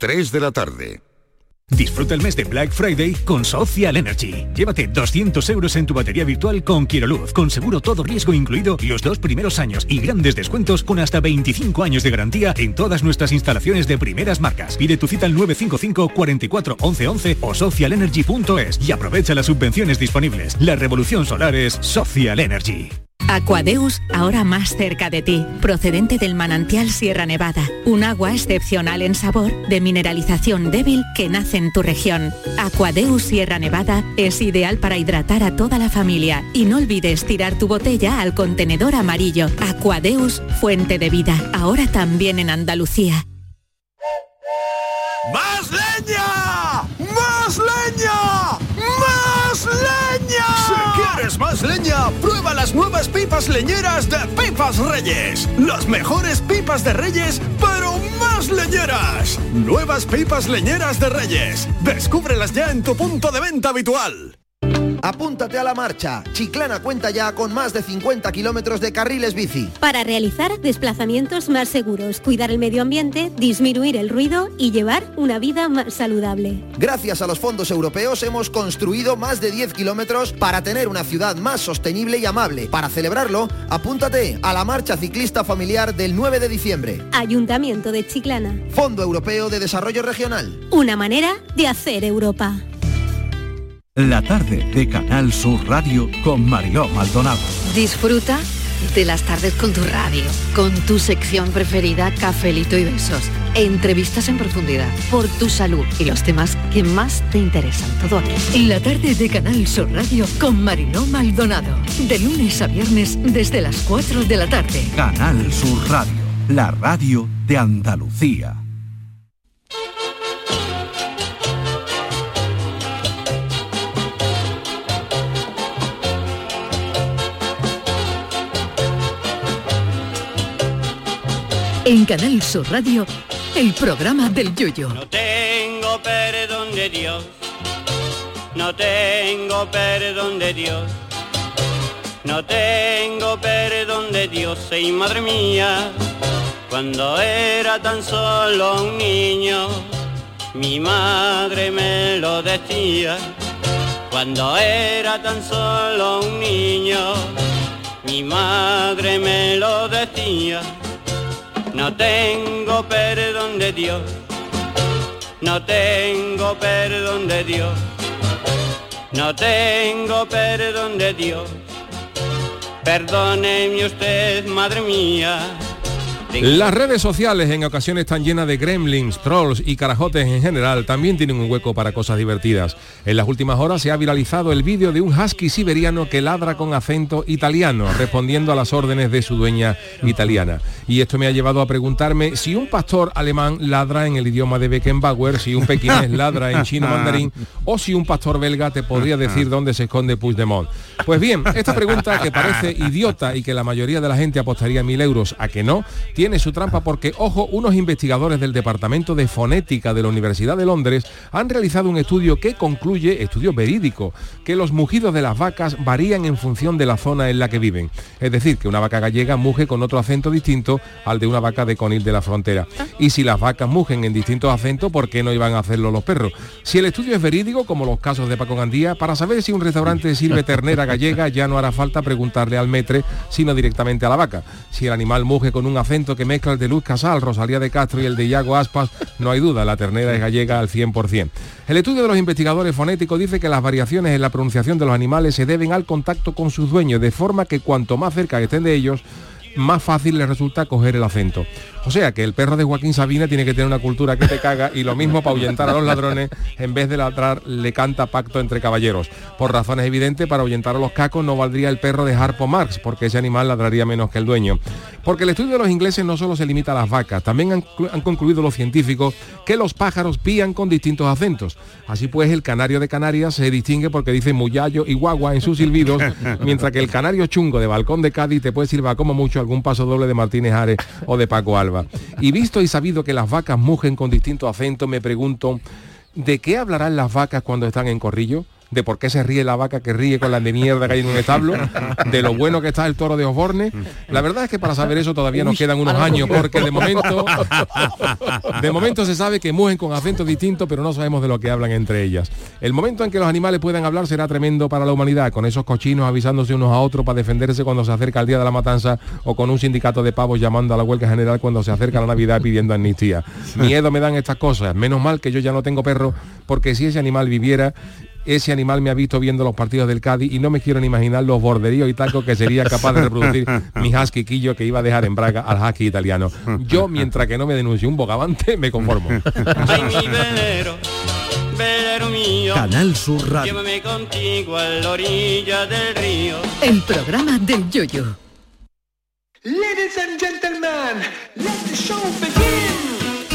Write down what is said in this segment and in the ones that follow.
3 de la tarde. Disfruta el mes de Black Friday con Social Energy. Llévate 200 euros en tu batería virtual con Quiroluz, con seguro todo riesgo incluido los 2 primeros años y grandes descuentos con hasta 25 años de garantía en todas nuestras instalaciones de primeras marcas. Pide tu cita al 955 44 11 11 o socialenergy.es y aprovecha las subvenciones disponibles. La revolución solar es Social Energy. Aquadeus, ahora más cerca de ti, procedente del manantial Sierra Nevada, un agua excepcional en sabor, de mineralización débil que nace en tu región. Aquadeus Sierra Nevada es ideal para hidratar a toda la familia y no olvides tirar tu botella al contenedor amarillo. Aquadeus, fuente de vida, ahora también en Andalucía. ¡Más leña! ¡Más leña! ¡Más leña! Si quieres más leña, prueba las nuevas pipas leñeras de Pipas Reyes. Las mejores pipas de Reyes, pero más leñeras. Nuevas pipas leñeras de Reyes. Descúbrelas ya en tu punto de venta habitual. Apúntate a la marcha. Chiclana cuenta ya con más de 50 kilómetros de carriles bici. Para realizar desplazamientos más seguros, cuidar el medio ambiente, disminuir el ruido y llevar una vida más saludable. Gracias a los fondos europeos hemos construido más de 10 kilómetros para tener una ciudad más sostenible y amable. Para celebrarlo, apúntate a la marcha ciclista familiar del 9 de diciembre. Ayuntamiento de Chiclana. Fondo Europeo de Desarrollo Regional. Una manera de hacer Europa. La tarde de Canal Sur Radio con Mariló Maldonado. Disfruta de las tardes con tu radio, con tu sección preferida, Cafelito y Besos. Entrevistas en profundidad, por tu salud y los temas que más te interesan. Todo aquí. La tarde de Canal Sur Radio con Mariló Maldonado. De lunes a viernes desde las 4 de la tarde. Canal Sur Radio, la radio de Andalucía. En Canal Sur Radio, el programa del Yoyo. No tengo perdón de Dios, no tengo perdón de Dios, no tengo perdón de Dios, y madre mía, cuando era tan solo un niño, mi madre me lo decía, cuando era tan solo un niño, mi madre me lo decía. No tengo perdón de Dios, no tengo perdón de Dios, no tengo perdón de Dios. Perdóneme usted, madre mía. Las redes sociales en ocasiones están llenas de gremlins, trolls y carajotes en general. También tienen un hueco para cosas divertidas. En las últimas horas se ha viralizado el vídeo de un husky siberiano que ladra con acento italiano, respondiendo a las órdenes de su dueña italiana. Y esto me ha llevado a preguntarme si un pastor alemán ladra en el idioma de Beckenbauer, si un pequinés ladra en chino mandarín, o si un pastor belga te podría decir dónde se esconde Puigdemont. Pues bien, esta pregunta, que parece idiota y que la mayoría de la gente apostaría 1.000 euros a que no, tiene su trampa porque, ojo, unos investigadores del Departamento de Fonética de la Universidad de Londres han realizado un estudio que concluye, estudio verídico, que los mugidos de las vacas varían en función de la zona en la que viven. Es decir, que una vaca gallega muge con otro acento distinto al de una vaca de Conil de la Frontera. Y si las vacas mugen en distintos acentos, ¿por qué no iban a hacerlo los perros? Si el estudio es verídico, como los casos de Paco Gandía, para saber si un restaurante sirve ternera gallega ya no hará falta preguntarle al metre, sino directamente a la vaca. Si el animal muge con un acento que mezcla el de Luz Casal, Rosalía de Castro y el de Iago Aspas, no hay duda, la ternera es gallega al 100%. El estudio de los investigadores fonéticos dice que las variaciones en la pronunciación de los animales se deben al contacto con sus dueños, de forma que cuanto más cerca estén de ellos, más fácil les resulta coger el acento. O sea que el perro de Joaquín Sabina tiene que tener una cultura que te caga, y lo mismo para ahuyentar a los ladrones, en vez de ladrar le canta pacto entre caballeros. Por razones evidentes, para ahuyentar a los cacos no valdría el perro de Harpo Marx, porque ese animal ladraría menos que el dueño. Porque el estudio de los ingleses no solo se limita a las vacas, también han concluido los científicos que los pájaros pían con distintos acentos. Así pues, el canario de Canarias se distingue porque dice muyallo y guagua en sus silbidos, mientras que el canario chungo de Balcón de Cádiz te puede silbar como mucho algún paso doble de Martínez Ares o de Paco Alba. Y visto y sabido que las vacas mugen con distintos acentos, me pregunto, ¿de qué hablarán las vacas cuando están en corrillo? de por qué se ríe la vaca que ríe con la de mierda que hay en un establo, de lo bueno que está el toro de Osborne. La verdad es que para saber eso todavía nos quedan unos años, porque de momento se sabe que mugen con acentos distintos, pero no sabemos de lo que hablan entre ellas. El momento en que los animales puedan hablar será tremendo para la humanidad, con esos cochinos avisándose unos a otros para defenderse cuando se acerca el día de la matanza, o con un sindicato de pavos llamando a la huelga general cuando se acerca la Navidad pidiendo amnistía. Miedo me dan estas cosas. Menos mal que yo ya no tengo perro, porque si ese animal viviera, ese animal me ha visto viendo los partidos del Cádiz y no me quiero ni imaginar los borderíos y tacos que sería capaz de reproducir mi husky Quillo, que iba a dejar en Braga al husky italiano. Yo, mientras que no me denuncie un bogavante, me conformo. Ay, mi velero mío, Canal Sur Radio. llévame contigo a la orilla del río. El programa del Yoyo. Ladies and gentlemen, let the show begin.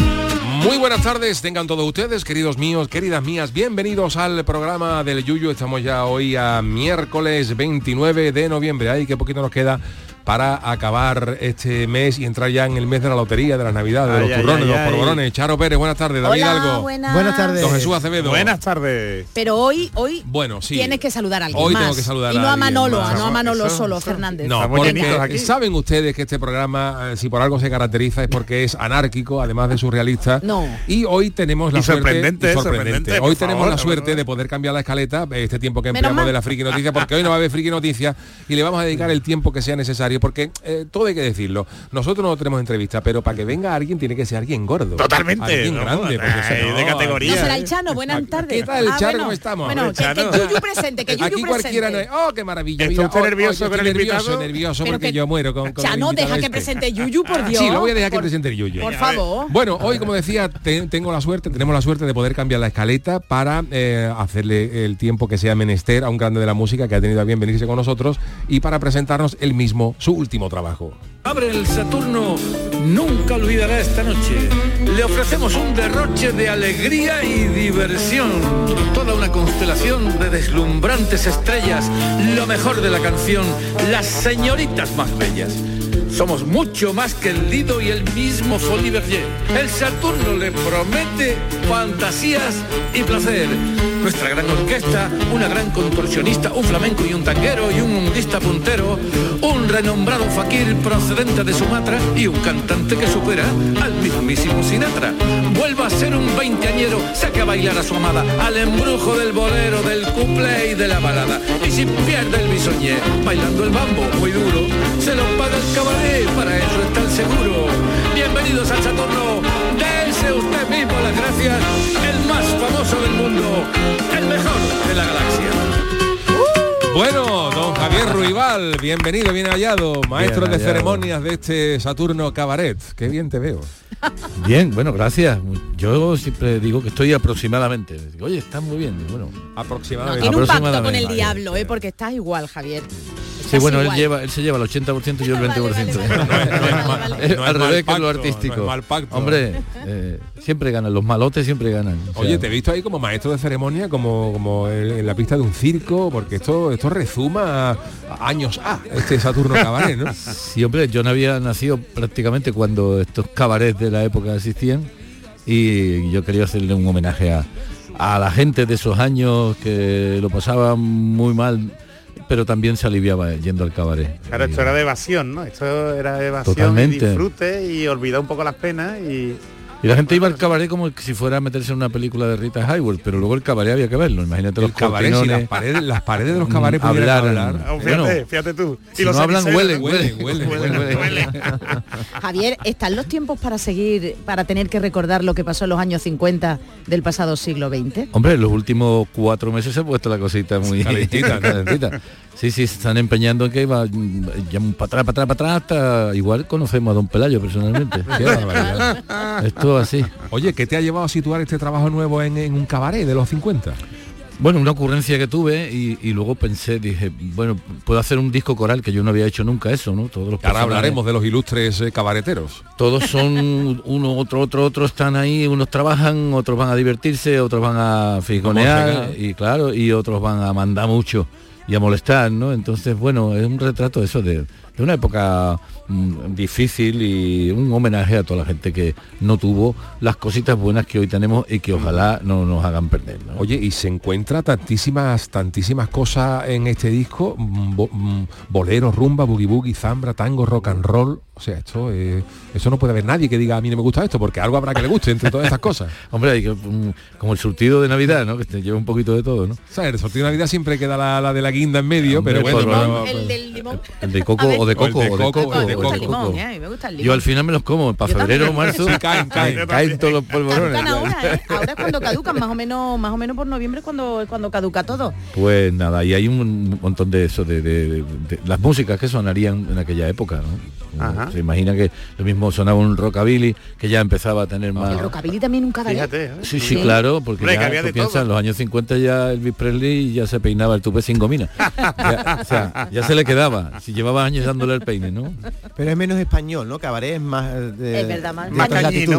Muy buenas tardes, tengan todos ustedes, queridos míos, queridas mías, bienvenidos al programa del Yuyu. Estamos ya hoy a miércoles 29 de noviembre. Ay, qué poquito nos queda para acabar este mes y entrar ya en el mes de la lotería, de las navidades, de los turrones, de los polvorones. Charo Pérez, buenas tardes. David Algo. Buenas tardes. Don Jesús Acevedo. Buenas tardes. Pero hoy bueno, sí, tienes que saludar a alguien hoy más. Tengo que saludar y no a Manolo, más. no a Manolo solo, Fernández. No, porque saben ustedes que este programa, si por algo se caracteriza, es porque es anárquico, además de surrealista. No. Y hoy tenemos la sorprendente. Hoy tenemos la suerte de poder cambiar la escaleta, este tiempo que empleamos de la friki noticia, porque hoy no va a haber friki noticia y le vamos a dedicar el tiempo que sea necesario, porque todo hay que decirlo. Nosotros no tenemos entrevista, pero para que venga alguien tiene que ser alguien gordo. Totalmente. Alguien grande. De categoría. No será el Chano, buenas tardes. ¿Qué tal, Chano? Bueno, ¿Cómo estamos? Bueno, que Yuyu presente, que Yuyu Aquí cualquiera no es. ¡Oh, qué maravilla! ¿Está usted nervioso con el invitado? Nervioso pero porque yo muero con Chano, el deja que presente Yuyu, por Dios. Sí, lo voy a dejar que presente Yuyu. Por favor. Bueno, hoy, como decía, tenemos la suerte de poder cambiar la escaleta para hacerle el tiempo que sea menester a un grande de la música que ha tenido a bien venirse con nosotros y para presentarnos él mismo su último trabajo. Abre el Saturno, nunca olvidará esta noche. Le ofrecemos un derroche de alegría y diversión. Toda una constelación de deslumbrantes estrellas, lo mejor de la canción, las señoritas más bellas. Somos mucho más que el Lido y el mismo Folies Bergère. El Saturno le promete fantasías y placer. Nuestra gran orquesta, una gran contorsionista, un flamenco y un tanguero y un mundista puntero, un renombrado fakir procedente de Sumatra y un cantante que supera al mismísimo Sinatra. Vuelva a ser un veinteañero, saque a bailar a su amada, al embrujo del bolero, del cuplé y de la balada. Y si pierde el bisoñé, bailando el bambo muy duro, se lo paga el cabaret, para eso está el seguro. Bienvenidos al Saturno, dése usted mismo las gracias, el más famoso del mundo, el mejor de la galaxia. Bueno, don Javier Ruibal, bienvenido, bien hallado, maestro de ceremonias de este Saturno Cabaret. Qué bien te veo. Bien, bueno, gracias. Yo siempre digo que estoy aproximadamente. Digo, oye, está muy bien. Y bueno, aproximadamente. Tiene un pacto con el diablo, porque estás igual, Javier. Sí, bueno, él se lleva el 80% y yo el 20%. Al revés que lo artístico. No es mal pacto. Hombre, siempre ganan, los malotes siempre ganan. O sea, oye, te he visto ahí como maestro de ceremonia, como en la pista de un circo, porque esto rezuma a años este Saturno Cabaret, ¿no? Sí, hombre, yo no había nacido prácticamente cuando estos cabarets de la época existían y yo quería hacerle un homenaje a la gente de esos años que lo pasaban muy mal, pero también se aliviaba yendo al cabaret. Claro, esto era de evasión, ¿no? Esto era de evasión. Totalmente. Y disfrute y olvidar un poco las penas y la gente iba al cabaret como si fuera a meterse en una película de Rita Hayworth, pero luego el cabaret había que verlo. Imagínate los cabarets, si las paredes de los cabarets pudieran hablar. Fíjate tú. Si no hablan, huelen. Javier, ¿están los tiempos para tener que recordar lo que pasó en los años 50 del pasado siglo XX? Hombre, en los últimos 4 meses se ha puesto la cosita muy calentita. Sí, se están empeñando en que va ya para atrás, hasta igual conocemos a don Pelayo personalmente. Qué barbaridad. Esto así. Oye, ¿qué te ha llevado a situar este trabajo nuevo en un cabaret de los 50? Bueno, una ocurrencia que tuve y luego dije, bueno, puedo hacer un disco coral, que yo no había hecho nunca eso, ¿no? Todos los ahora hablaremos de los ilustres cabareteros. Todos son uno, otro están ahí, unos trabajan, otros van a divertirse, otros van a fijonear y claro, y otros van a mandar mucho y a molestar, ¿no? Entonces, bueno, es un retrato eso de de una época difícil y un homenaje a toda la gente que no tuvo las cositas buenas que hoy tenemos y que ojalá no nos hagan perder, ¿no? Oye, y se encuentra tantísimas cosas en este disco, boleros, rumba, boogie boogie, zambra, tango, rock and roll. O sea, eso no puede haber nadie que diga a mí no me gusta esto, porque algo habrá que le guste entre todas estas cosas. Hombre, hay que, como el surtido de Navidad, ¿no? Que te lleva un poquito de todo, ¿no? O sea, el surtido de Navidad siempre queda la de la guinda en medio, hombre, pero bueno. El del limón. El de coco o de coco. Me gusta el limón, me gusta el limón. Yo al final me los como, para febrero o marzo, caen todos los polvorones. Ahora es cuando caducan, más o menos por noviembre cuando caduca todo. Pues nada, y hay un montón de eso, de las músicas que sonarían en aquella época, ¿no? Se imagina que lo mismo sonaba un rockabilly que ya empezaba a tener más... El rockabilly también un cabaret. Fíjate, sí, claro, porque ya tú piensas, en los años 50 ya Elvis Presley ya se peinaba el tupé sin gomina. ya se le quedaba, si llevaba años dándole el peine, ¿no? Pero es menos español, ¿no? Cabaret es más es verdad, más latitudes.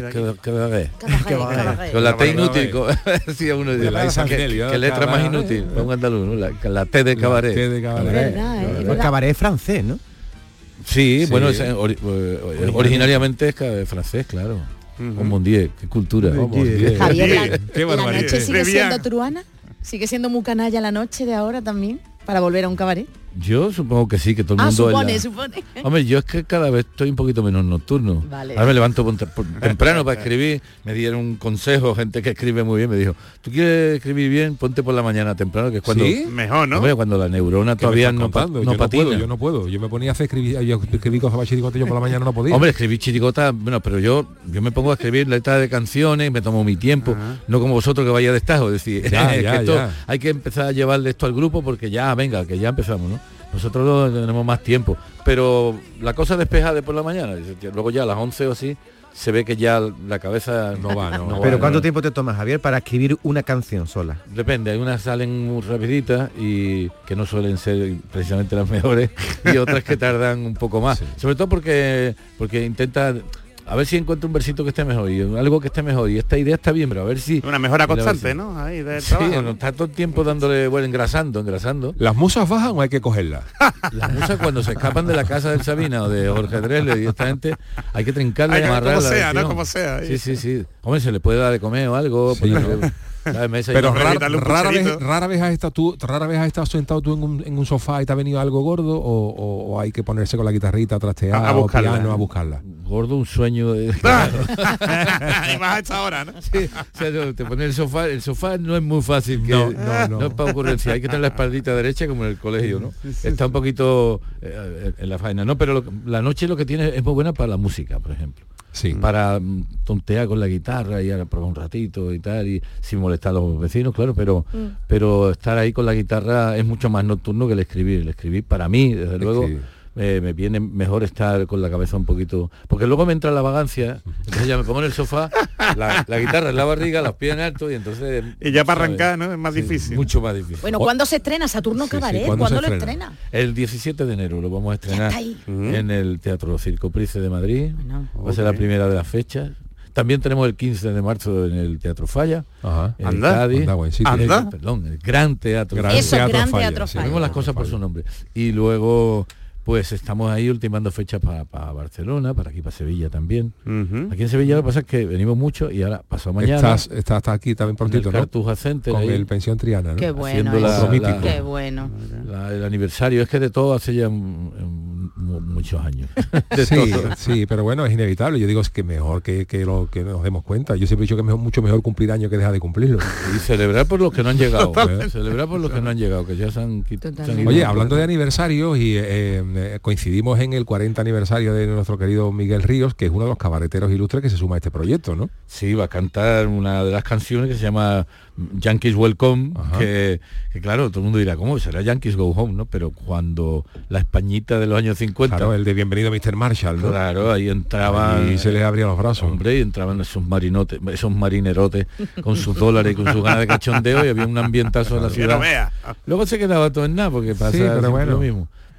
Con la T inútil, decía uno que letra más inútil, un andaluz, ¿no? La T de cabaret. El cabaret es francés, ¿no? Sí, bueno, originariamente es francés, claro. Un Mondier, qué cultura. Javier, la noche sigue siendo truana, sigue siendo muy canalla la noche de ahora también, para volver a un cabaret. Yo supongo que sí, que todo el mundo... supone. Hombre, yo es que cada vez estoy un poquito menos nocturno. Vale. Ahora me levanto temprano para escribir, me dieron un consejo, gente que escribe muy bien, me dijo, ¿tú quieres escribir bien? Ponte por la mañana temprano, que es cuando... ¿Sí? Mejor, ¿no? Hombre, cuando la neurona todavía no patina. Yo no puedo. Yo me ponía a hacer escribir cosas para chirigota, yo por la mañana no podía. Hombre, escribir chirigota, bueno, pero yo me pongo a escribir letras de canciones, me tomo mi tiempo, no como vosotros que vaya de estajo, es decir, hay que empezar a llevarle esto al grupo porque ya, venga, que ya empezamos, ¿no? Nosotros tenemos más tiempo, pero la cosa despeja de por la mañana, luego ya a las 11 o así se ve que ya la cabeza no va. Pero ¿cuánto tiempo te tomas, Javier, para escribir una canción sola? Depende, hay unas salen muy rapiditas y que no suelen ser precisamente las mejores y otras que tardan un poco más, sobre todo porque intenta... A ver si encuentro un versito que esté mejor y algo que esté mejor y esta idea está bien, pero a ver si... Una mejora constante, ¿no? Ahí del trabajo, no está todo el tiempo dándole, engrasando. ¿Las musas bajan o hay que cogerlas? Las musas cuando se escapan de la casa del Sabina o de Jorge Dresler y esta gente, hay que trincarla y amarrarla. Como sea, ¿no? Como sea. Sí. Hombre, se le puede dar de comer o algo. Sí, pero rara vez has estado sentado tú en un sofá y te ha venido algo gordo o hay que ponerse con la guitarrita trasteada o piano a buscarla. Gordo, un sueño de... Y más a esta hora, ¿no? Sí, o sea, te pones el sofá no es muy fácil, no es para ocurrencia, hay que tener la espaldita derecha como en el colegio, ¿no? Está un poquito en la faena, ¿no? Pero la noche lo que tiene es muy buena para la música, por ejemplo. Sí. Para tontear con la guitarra y ahora probar un ratito y tal, y sin molestar a los vecinos, claro, pero estar ahí con la guitarra es mucho más nocturno que el escribir. El escribir para mí, desde luego, me viene mejor estar con la cabeza un poquito, porque luego me entra la vagancia, entonces ya me pongo en el sofá, la guitarra en la barriga, los pies en alto y entonces... Y ya para arrancar, ¿no? Es más difícil. Mucho más difícil. Bueno, ¿cuándo se estrena Saturno Cabaret? ¿Cuándo lo estrena? El 17 de enero lo vamos a estrenar en el Teatro Circo Price de Madrid. Va a ser la primera de las fechas. También tenemos el 15 de marzo en el Teatro Falla, en Cádiz. Perdón, el Gran Teatro Falla. Tenemos las cosas por su nombre. Y luego... Pues estamos ahí ultimando fechas para Barcelona, para aquí, para Sevilla también. Aquí en Sevilla lo que pasa es que venimos mucho y ahora pasado mañana... Estás aquí también prontito, el Cartuja Center, con ahí, el Pensión Triana, ¿no? Qué bueno, qué bueno. El aniversario, es que de todo hace ya muchos años. Sí, pero bueno, es inevitable. Yo digo es que mejor que nos demos cuenta. Yo siempre he dicho que es mucho mejor cumplir años que dejar de cumplirlo. Y celebrar por los que no han llegado. Celebrar por los que no han llegado, que ya se han ido. Oye, hablando de aniversarios y... coincidimos en el 40 aniversario de nuestro querido Miguel Ríos, que es uno de los cabareteros ilustres que se suma a este proyecto, ¿no? Sí, va a cantar una de las canciones que se llama Yankees Welcome, que claro, todo el mundo dirá, ¿cómo será Yankees Go Home? ¿No? Pero cuando la Españita de los años 50... Claro, el de Bienvenido Mr. Marshall, ¿no? Claro, ahí entraban... Y se les abrían los brazos. Hombre, y entraban esos marinerotes con sus dólares y con sus ganas de cachondeo y había un ambientazo en la ciudad. Luego se quedaba todo en nada, porque pasa lo mismo.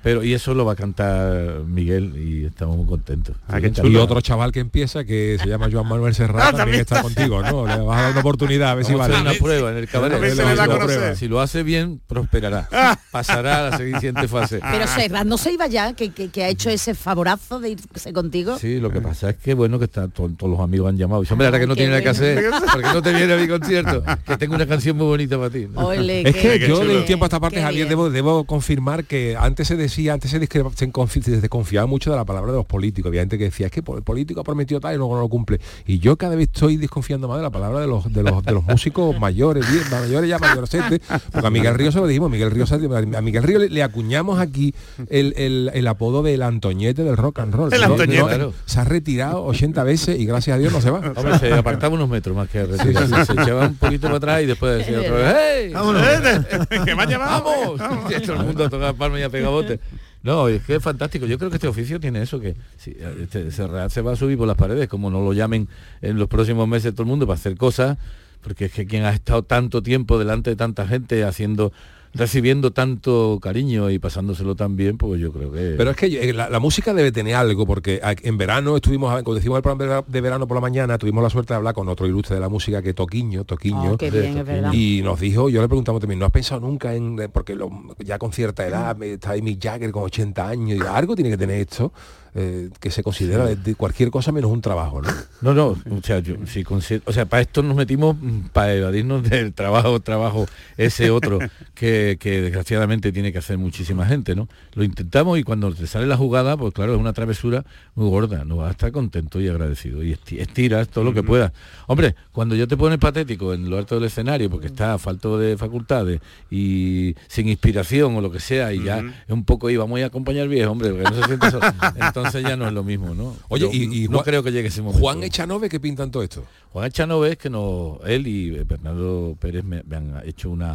Pero y eso lo va a cantar Miguel y estamos muy contentos. Y otro chaval que empieza, que se llama Joan Manuel Serrano, también está contigo, ¿no? Le vas a dar una oportunidad, a ver si vale. Una prueba en el cabaret. Si lo hace bien, prosperará. Pasará a la siguiente fase. Pero Serrano no se iba ya, que ha hecho ese favorazo de irse contigo. Sí, lo que pasa es que bueno, que está todos los amigos han llamado. Hombre, ahora que no tiene nada que hacer, porque no te viene a mi concierto, que tengo una canción muy bonita para ti, ¿no? Ole, es que yo de un tiempo a esta parte, Javier, debo confirmar que antes se desconfiaba mucho de la palabra de los políticos. Había gente que decía, es que el político ha prometido tal y luego no lo cumple. Y yo cada vez estoy desconfiando más de la palabra de los músicos mayores, mayores, porque a Miguel Ríos se lo dijimos, a Miguel Ríos le acuñamos aquí el apodo del Antoñete del rock and roll. Se ha retirado 80 veces y gracias a Dios no se va. Hombre, se apartaba unos metros más que retirarse. Se echaba un poquito para atrás y después decía otra vez, ¡hey! ¡Vámonos! ¡Que me ha llevado! ¡Vamos! Todo el mundo a tocar palmas y a pegar botes. No, es que es fantástico. Yo creo que este oficio tiene eso, que si, se va a subir por las paredes, como no lo llamen en los próximos meses todo el mundo para hacer cosas, porque es que quien ha estado tanto tiempo delante de tanta gente recibiendo tanto cariño y pasándoselo tan bien, pues yo creo que... Pero es que la música debe tener algo, porque en verano cuando hicimos el programa de verano por la mañana, tuvimos la suerte de hablar con otro ilustre de la música, que Toquiño, qué bien, es verdad. Y nos dijo, yo le preguntamos también, ¿no has pensado nunca porque ya con cierta edad, está ahí Mick Jagger con 80 años, y algo tiene que tener esto? Que se considera de cualquier cosa menos un trabajo, ¿no? No, o sea, para esto nos metimos para evadirnos del trabajo ese otro que desgraciadamente tiene que hacer muchísima gente, ¿no? Lo intentamos y cuando te sale la jugada, pues claro, es una travesura muy gorda, no vas a estar contento y agradecido y estiras todo lo que puedas. Hombre, cuando yo te pones patético en lo alto del escenario porque estás falto de facultades y sin inspiración o lo que sea y ya es un poco vamos a acompañar viejo, hombre, porque no se siente solo. Entonces ya no es lo mismo, ¿no? Oye, y no creo que llegue ese momento. Juan Echanove, ¿qué pintan todo esto? Juan Echanove es que él y Bernardo Pérez me han hecho una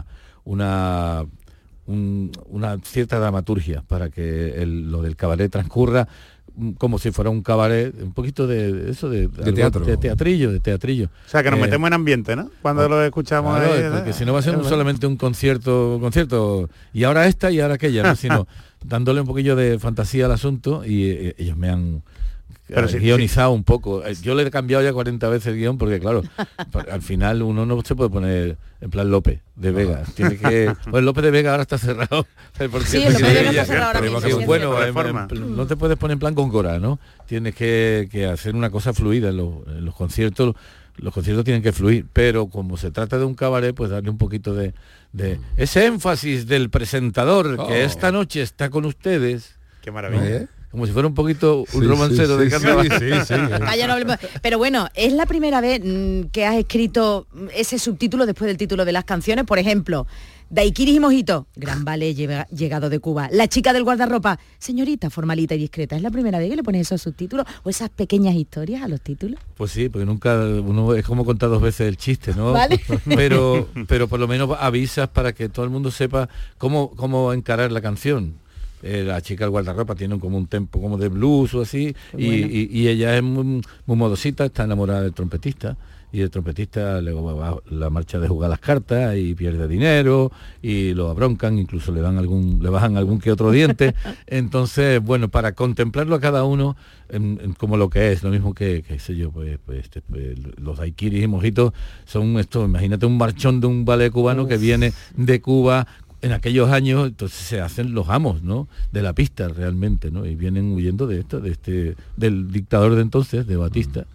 cierta dramaturgia para que lo del cabaret transcurra como si fuera un cabaret, un poquito de eso de teatro, de teatrillo. O sea, que nos metemos en ambiente, ¿no? Cuando lo escuchamos claro, ahí, porque si no va a ser solamente un concierto y ahora esta y ahora aquella, ¿no? Sino dándole un poquillo de fantasía al asunto y ellos me han guionizado un poco. Yo le he cambiado ya 40 veces el guión porque claro, al final uno no se puede poner en plan López de Vega. Tiene que... Pues López de Vega ahora está cerrado. Sí, López de Vega está cerrado ahora mismo. Bueno, no te puedes poner en plan Góngora, ¿no? Tienes que hacer una cosa fluida en los conciertos. Los conciertos tienen que fluir, pero como se trata de un cabaret, pues darle un poquito de ese énfasis del presentador que esta noche está con ustedes. Qué maravilla. ¿No? Como si fuera un poquito un romancero de carnaval. Sí. Vaya, no hablemos. Pero bueno, ¿es la primera vez que has escrito ese subtítulo después del título de las canciones? Por ejemplo, Daiquiris y Mojito, gran ballet llegado de Cuba. La chica del guardarropa, señorita formalita y discreta. ¿Es la primera vez que le pones esos subtítulos o esas pequeñas historias a los títulos? Pues sí, porque nunca uno es como contar dos veces el chiste, ¿no? ¿Vale? Pero por lo menos avisas para que todo el mundo sepa cómo encarar la canción. La chica del guardarropa tiene como un tempo como de blues o así y ella es muy modosita, está enamorada del trompetista y el trompetista le va la marcha de jugar las cartas y pierde dinero y lo abroncan, incluso le bajan algún que otro diente. Entonces, bueno, para contemplarlo a cada uno como lo que es, lo mismo que sé yo, los daiquiris y mojitos son esto, imagínate un marchón de un ballet cubano que viene de Cuba en aquellos años, entonces se hacen los amos, ¿no? De la pista realmente, ¿no? Y vienen huyendo de esto, del dictador de entonces, de Batista.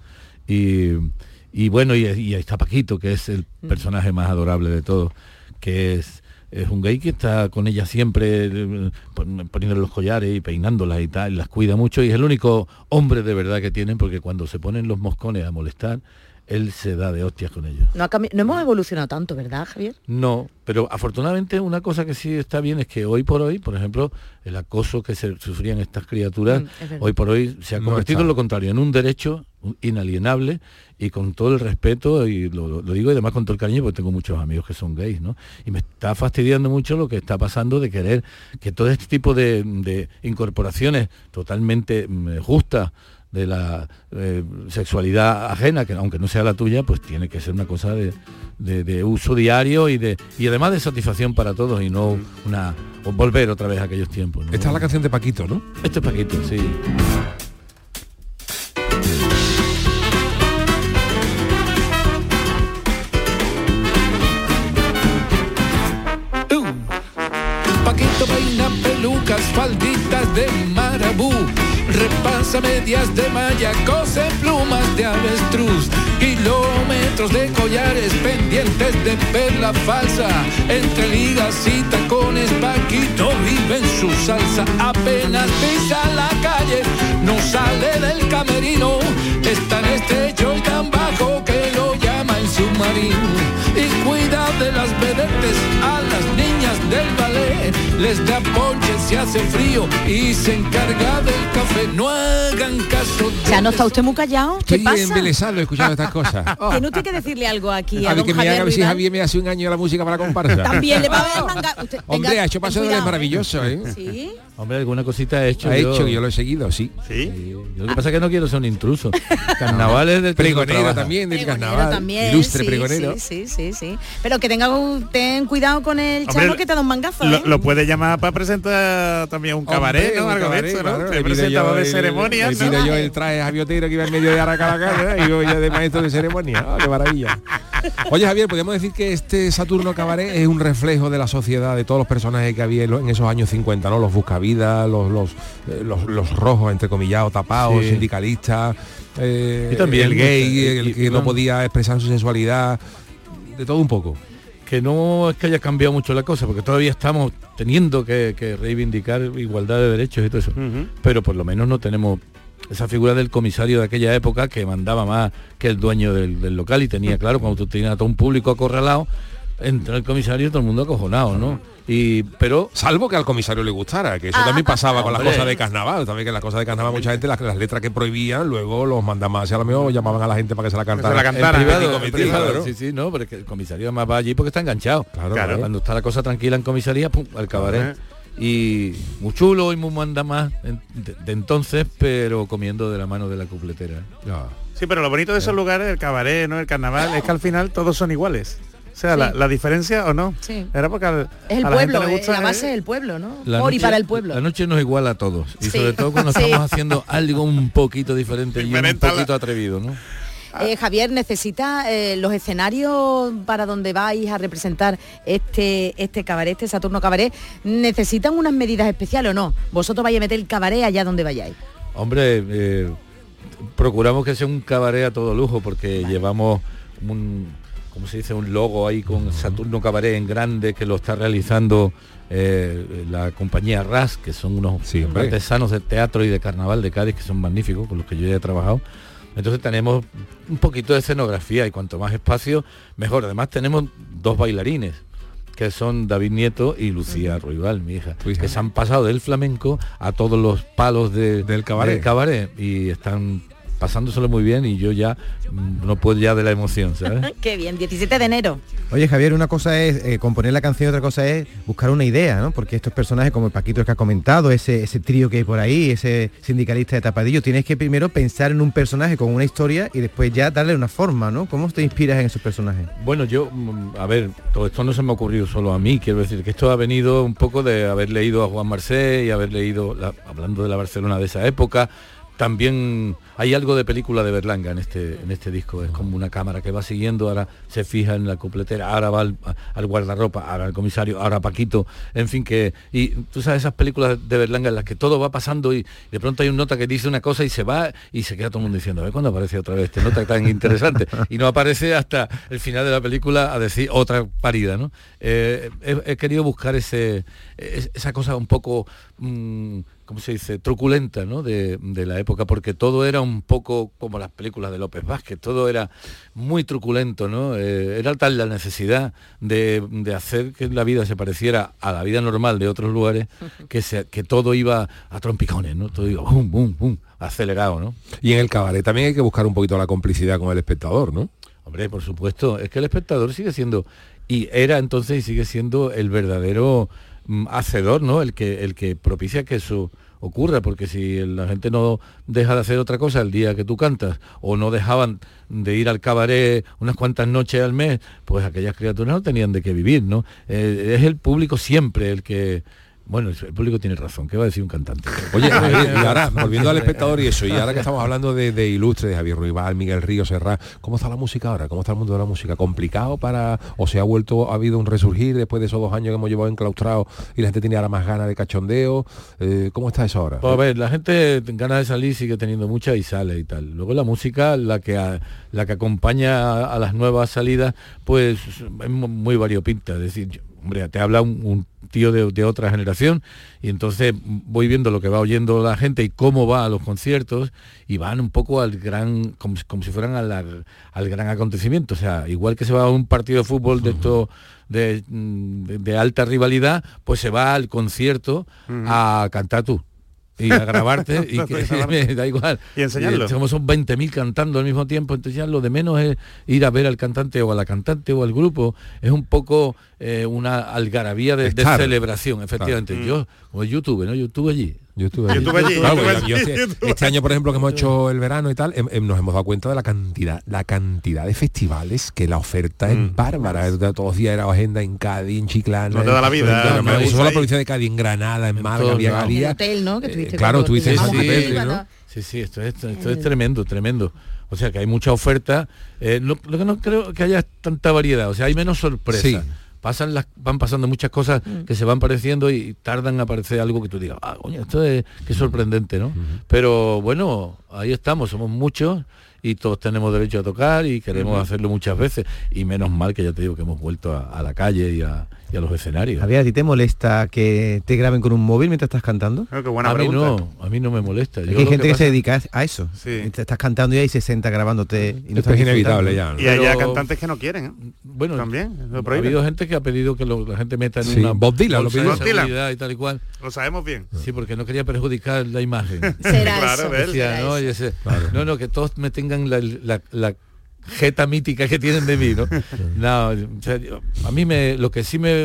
Y bueno, y ahí está Paquito, que es el personaje más adorable de todos, que es un gay que está con ella siempre poniéndole los collares y peinándolas y tal, y las cuida mucho, y es el único hombre de verdad que tienen, porque cuando se ponen los moscones a molestar, él se da de hostias con ellos. No hemos evolucionado tanto, ¿verdad, Javier? No, pero afortunadamente una cosa que sí está bien es que hoy por hoy, por ejemplo, el acoso que se sufrían estas criaturas, hoy por hoy se ha convertido en lo contrario, en un derecho inalienable y con todo el respeto, y lo digo y además con todo el cariño, porque tengo muchos amigos que son gays, ¿no? Y me está fastidiando mucho lo que está pasando de querer que todo este tipo de incorporaciones totalmente justas de la sexualidad ajena, que aunque no sea la tuya, pues tiene que ser una cosa de uso diario y además de satisfacción para todos y no o volver otra vez a aquellos tiempos, ¿no? Esta es la canción de Paquito, ¿no? Este es Paquito, sí. Paquito peina pelucas, falditas de marabú, repasa medias de malla, cose plumas de avestruz, kilómetros de collares pendientes de perla falsa, entre ligas y tacones Paquito vive en su salsa, apenas pisa la calle, no sale del camerino, es tan estrecho y tan bajo que lo llama el submarino, y cuida de las vedettes a las niñas del ballet, les da ponche si hace frío y se encarga del café, no hagan caso de... Ya no está usted muy callado. ¿Qué Estoy pasa? embelesado escuchando estas cosas. Tiene usted que decirle algo aquí a A ver don que me Javier haga, a ver si Ruibal. Javier me hace un año de la música para la comparsa. También le va a ver manga. Usted, Hombre, venga, ha hecho paso ten de cuidado, maravilloso, ¿eh? Sí. Hombre, alguna cosita ha hecho. Ha hecho, que yo lo he seguido, sí. ¿Sí? Yo lo que pasa es que no quiero ser un intruso. Carnavales del pregonero también, del carnaval. También, Ilustre sí, pregonero. Sí. Pero que ten cuidado con el Hombre, chano que te da un mangazo, ¿eh? Lo puede llamar para presentar también un cabaret, ¿no? Algo de eso, ¿no? Que presentador de ceremonias, Le ¿no? pido yo el traje javiotero que iba en medio de Aracalacana y yo ya de maestro de ceremonia. ¡Qué maravilla! Oye, Javier, podemos decir que este Saturno Cabaret es un reflejo de la sociedad, de todos los personajes que había en esos años 50, ¿no? Los buscavidas, los rojos, entrecomillados, tapados, Sí. sindicalistas, Y también el gay, el que no iban- podía expresar su sexualidad, de todo un poco. Que no es que haya cambiado mucho la cosa, porque todavía estamos teniendo que reivindicar igualdad de derechos y todo eso. Pero por lo menos no tenemos esa figura del comisario de aquella época que mandaba más que el dueño del local y tenía claro, cuando tú tenías a todo un público acorralado, entra el comisario y todo el mundo acojonado, ¿no? Pero salvo que al comisario le gustara, que eso también pasaba con las Hombre. cosas de carnaval, también que las cosas de carnaval mucha gente las letras que prohibían, luego los mandamases a lo mejor llamaban a la gente para que se la cantara. En privado, En privado, privado, ¿no? sí, no, pero es que el comisario además va allí porque está enganchado. Claro. Cuando está la cosa tranquila en comisaría, pum, al cabaret. Y muy chulo y muy manda más de entonces, pero comiendo de la mano de la cupletera. Sí, pero lo bonito de esos lugares, el cabaret, ¿no? El carnaval, es que al final todos son iguales. O sea, Sí. la diferencia o no. Sí. Era porque Es el a la gente pueblo, le gusta, la base es el pueblo, ¿no? La Por y noche- para el pueblo. La noche nos iguala a todos. Y Sí. sobre todo cuando Sí. estamos haciendo algo un poquito diferente y un Diferente a la- poquito atrevido, ¿no? Javier, ¿necesita los escenarios para donde vais a representar este cabaret, este Saturno Cabaret, necesitan unas medidas especiales o no? Vosotros vais a meter el cabaret allá donde vayáis. Hombre, procuramos que sea un cabaret a todo lujo porque llevamos ¿cómo se dice? Un logo ahí con Saturno Cabaret en grande que lo está realizando la compañía RAS, que son unos hombre. artesanos de teatro y de carnaval de Cádiz que son magníficos, con los que yo ya he trabajado. Entonces tenemos un poquito de escenografía y cuanto más espacio, mejor. Además tenemos dos bailarines, que son David Nieto y Lucía Ruibal, mi hija, que se han pasado del flamenco a todos los palos del cabaret y están pasándoselo muy bien y yo ya no puedo ya de la emoción, ¿sabes? Qué bien, 17 de enero. Oye, Javier, una cosa es componer la canción y otra cosa es buscar una idea, ¿no? Porque estos personajes como el Paquito que ha comentado, ese trío que hay por ahí, ese sindicalista de tapadillo, tienes que primero pensar en un personaje con una historia y después ya darle una forma, ¿no? ¿Cómo te inspiras en esos personajes? Bueno, yo, a ver, todo esto no se me ha ocurrido solo a mí, quiero decir que esto ha venido un poco de haber leído a Juan Marsé y haber leído, hablando de la Barcelona de esa época. También hay algo de película de Berlanga en este disco, es como una cámara que va siguiendo, ahora se fija en la cupletera, ahora va al guardarropa, ahora al comisario, ahora a Paquito, en fin, y tú sabes esas películas de Berlanga en las que todo va pasando y de pronto hay un nota que dice una cosa y se va y se queda todo el mundo diciendo, a ver cuándo aparece otra vez este nota tan interesante, y no aparece hasta el final de la película a decir otra parida, ¿no? He querido buscar esa cosa un poco... ¿cómo se dice? Truculenta, ¿no? De la época, porque todo era un poco como las películas de López Vázquez, todo era muy truculento, ¿no? Era tal la necesidad de hacer que la vida se pareciera a la vida normal de otros lugares, que todo iba a trompicones, ¿no? Todo iba bum, bum, bum, acelerado, ¿no? Y en el cabaret también hay que buscar un poquito la complicidad con el espectador, ¿no? Hombre, por supuesto, es que el espectador sigue siendo, y era entonces y sigue siendo el verdadero hacedor, ¿no? El que propicia que ocurra, porque si la gente no deja de hacer otra cosa el día que tú cantas, o no dejaban de ir al cabaret unas cuantas noches al mes, pues aquellas criaturas no tenían de qué vivir, ¿no? Es el público siempre el que... Bueno, el público tiene razón, ¿qué va a decir un cantante? Oye, y ahora, volviendo al espectador y eso, y ahora que estamos hablando de ilustres, de Javier Ruibal, Miguel Ríos, Serrat, ¿cómo está la música ahora? ¿Cómo está el mundo de la música? ¿Complicado o se ha habido un resurgir después de esos 2 años que hemos llevado enclaustrados y la gente tiene ahora más ganas de cachondeo? ¿Cómo está eso ahora? Pues a ver, la gente ganas de salir sigue teniendo mucha y sale y tal. Luego la música, la que acompaña a las nuevas salidas, pues es muy variopinta. Es decir, hombre, te habla un tío de otra generación y entonces voy viendo lo que va oyendo la gente y cómo va a los conciertos y van un poco al gran, como si fueran al gran acontecimiento. O sea, igual que se va a un partido de fútbol de esto de alta rivalidad, pues se va al concierto a cantar tú. Y a grabarte y que me da igual. Y enseñarlo. Como son 20.000 cantando al mismo tiempo, entonces ya lo de menos es ir a ver al cantante o a la cantante o al grupo. Es un poco una algarabía de celebración, efectivamente. Claro. Yo, como YouTube, ¿no? YouTube allí. Este año, por ejemplo, que hemos hecho el verano y tal, nos hemos dado cuenta de la cantidad de festivales, que la oferta es bárbara. Todos los días era agenda en Cádiz, en Chiclana. No te da la vida. Eso la provincia de Cádiz, en Granada, en Málaga, en el hotel, ¿no? Que tuviste claro, tuviste en San Pedro, ¿no? Sí, esto es tremendo. O sea que hay mucha oferta. Lo que no creo que haya tanta variedad, o sea, hay menos sorpresa. Sí. Van pasando muchas cosas que se van pareciendo y tardan en aparecer algo que tú digas, coño, esto es que sorprendente, ¿no? Pero bueno, ahí estamos, somos muchos y todos tenemos derecho a tocar y queremos hacerlo muchas veces, y menos mal que ya te digo que hemos vuelto a la calle y a los escenarios. Javier, ¿a ti te molesta que te graben con un móvil mientras estás cantando? Qué buena pregunta. A mí no me molesta. Hay gente que se dedica a eso. Sí. Te estás cantando ya y se senta grabándote y no es inevitable ya, ¿no? Y hay cantantes que no quieren, ¿eh? Bueno, también ha habido gente que ha pedido que la gente meta en una Bob Dylan, bolsa de seguridad y tal y cual. Lo sabemos bien. Sí, porque no quería perjudicar la imagen. Será claro, eso. Decía, no, que todos me tengan la jeta mítica que tienen de mí, ¿no? No, o sea, a mí lo que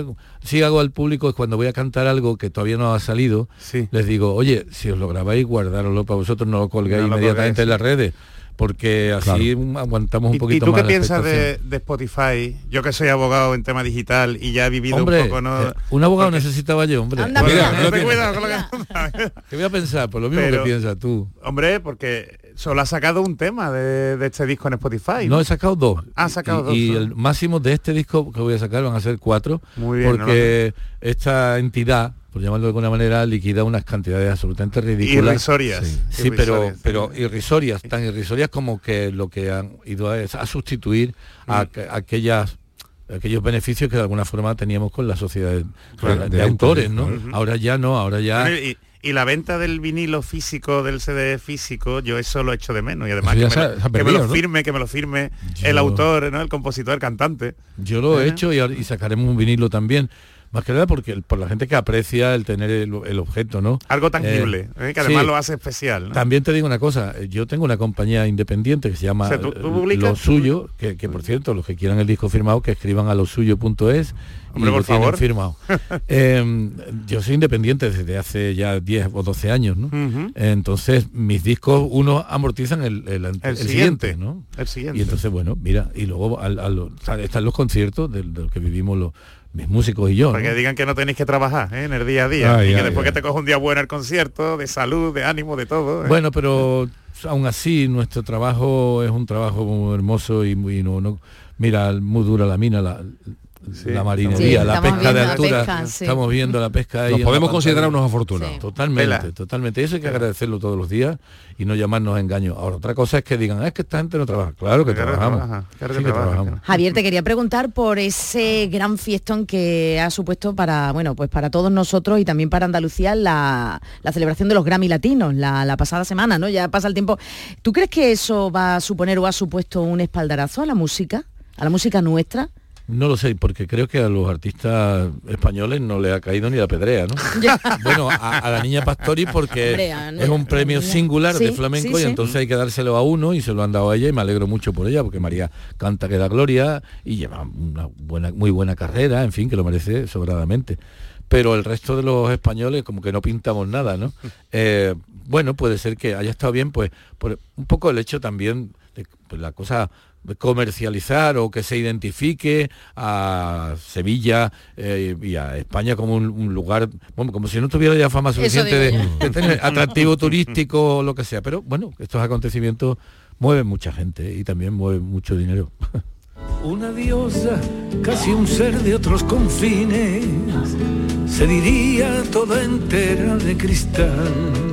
sí hago al público es cuando voy a cantar algo que todavía no ha salido, les digo, oye, si os lo grabáis, guardároslo para vosotros, no lo colgáis inmediatamente en las redes, porque así aguantamos un poquito más. ¿Y tú qué piensas de Spotify? Yo que soy abogado en tema digital y ya he vivido un poco, ¿no? Un abogado necesitaba yo, hombre. Anda, cuidado con lo que... ¿Qué voy a pensar? Por lo mismo que piensas tú. Hombre, porque solo ha sacado un tema de este disco en Spotify. No, he sacado 2. Ha sacado 2. Y el máximo de este disco que voy a sacar van a ser 4. Muy bien. Porque esta entidad, por llamarlo de alguna manera, liquida unas cantidades absolutamente ridículas. Irrisorias. Sí, pero irrisorias, tan irrisorias como que lo que han ido a sustituir a aquellos beneficios que de alguna forma teníamos con la sociedad de autores, ¿no? Ahora ya no, ahora ya... Y la venta del vinilo físico, del CD físico, yo eso lo echo de menos. Y además que me lo firme el autor, ¿no? El compositor, el cantante. Yo lo he hecho y sacaremos un vinilo también. Más que nada por la gente que aprecia el tener el objeto, ¿no? Algo tangible, que además lo hace especial, ¿no? También te digo una cosa, yo tengo una compañía independiente que se llama Lo Suyo, que por cierto, los que quieran el disco firmado, que escriban a losuyo.es. Hombre, por favor. Firmado. Yo soy independiente desde hace ya 10 o 12 años, ¿no? Entonces, mis discos, uno amortizan el siguiente, ¿no? El siguiente. Y entonces, bueno, mira, y luego están los conciertos de los que vivimos mis músicos y yo. Para que digan que no tenéis que trabajar en el día a día. Y que después que te coge un día bueno el concierto, de salud, de ánimo, de todo. Bueno, pero aún así nuestro trabajo es un trabajo muy hermoso y muy mira, muy dura la mina, la marinería, la pesca de altura, estamos viendo la pesca ahí. Nos podemos considerar unos afortunados. Totalmente. Eso hay que agradecerlo todos los días y no llamarnos a engaño. Ahora, otra cosa es que digan, es que esta gente no trabaja. Claro que trabajamos. Trabajamos. Javier, te quería preguntar por ese gran fiestón que ha supuesto para todos nosotros y también para Andalucía la celebración de los Grammy Latinos la pasada semana, ¿no? Ya pasa el tiempo. ¿Tú crees que eso va a suponer o ha supuesto un espaldarazo a la música nuestra? No lo sé, porque creo que a los artistas españoles no le ha caído ni la pedrea, ¿no? Bueno, a la Niña Pastori porque hombre, es un premio singular de flamenco y entonces hay que dárselo a uno y se lo han dado a ella y me alegro mucho por ella porque María canta que da gloria y lleva una muy buena carrera, en fin, que lo merece sobradamente. Pero el resto de los españoles como que no pintamos nada, ¿no? Bueno, puede ser que haya estado bien, pues por un poco el hecho también de pues, la cosa comercializar o que se identifique a Sevilla y a España como un lugar, bueno, como si no tuviera ya fama suficiente de tener atractivo turístico o lo que sea, pero bueno, estos acontecimientos mueven mucha gente y también mueven mucho dinero. Una diosa, casi un ser de otros confines, se diría toda entera de cristal,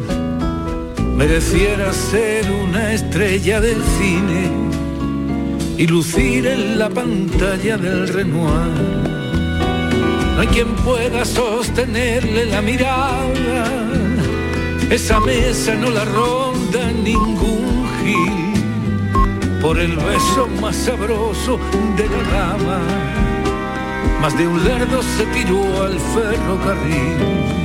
mereciera ser una estrella del cine y lucir en la pantalla del Renoir. No hay quien pueda sostenerle la mirada, esa mesa no la ronda ningún gil, por el beso más sabroso de la dama, más de un lerdo se tiró al ferrocarril.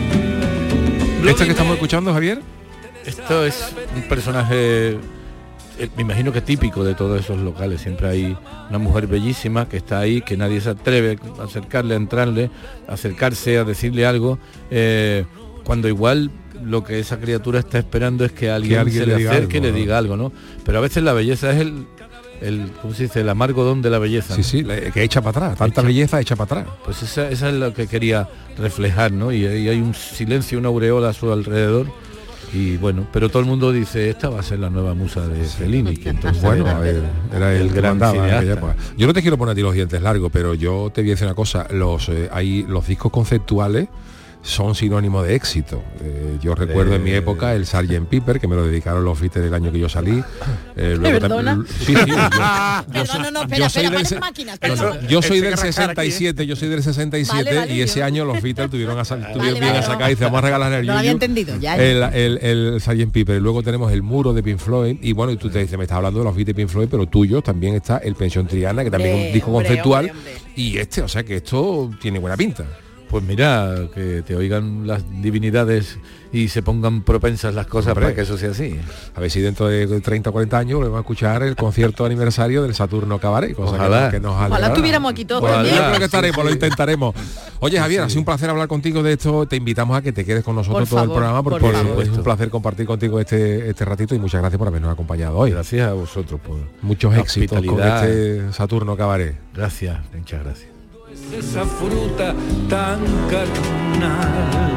¿Esto que estamos escuchando, Javier? Esto es un personaje, me imagino que típico de todos esos locales. Siempre hay una mujer bellísima que está ahí, que nadie se atreve a acercarle, a entrarle, a acercarse, a decirle algo, cuando igual lo que esa criatura está esperando es que alguien se le acerque y le diga algo, ¿no? Pero a veces la belleza es el ¿cómo se dice? El amargo don de la belleza, ¿no? Sí, que echa para atrás, tanta belleza echa para atrás. Pues esa es lo que quería reflejar, ¿no? Y hay un silencio, una aureola a su alrededor. Y bueno, pero todo el mundo dice, esta va a ser la nueva musa de Fellini, que entonces bueno, era el gran cineasta. Yo no te quiero poner a ti los dientes largos, pero yo te voy a decir una cosa, los discos conceptuales son sinónimo de éxito. Yo recuerdo en mi época el Sgt. Pepper, que me lo dedicaron los Beatles el año que yo salí. ¿Perdona? Sí, yo soy del 67, vale, y ese año los Beatles tuvieron bien a sacar y dice, vamos a regalar el había entendido, el Sgt. Pepper. Y luego tenemos el muro de Pink Floyd, y bueno, y tú te dices, me estás hablando de los Beatles de Pink Floyd, pero tuyo también está el Pensión Triana, que también es un disco conceptual, y o sea que esto tiene buena pinta. Pues mira, que te oigan las divinidades y se pongan propensas las cosas para que eso sea así. A ver si dentro de 30 o 40 años vamos a escuchar el concierto aniversario del Saturno Cabaret. Ojalá estuviéramos aquí todos. Yo creo que estaremos, lo intentaremos. Oye, Javier, ha sido un placer hablar contigo de esto. Te invitamos a que te quedes con nosotros todo el programa porque es un placer compartir contigo este ratito y muchas gracias por habernos acompañado hoy. Gracias a vosotros por muchos éxitos con este Saturno Cabaret. Gracias, muchas gracias. Esa fruta tan carnal.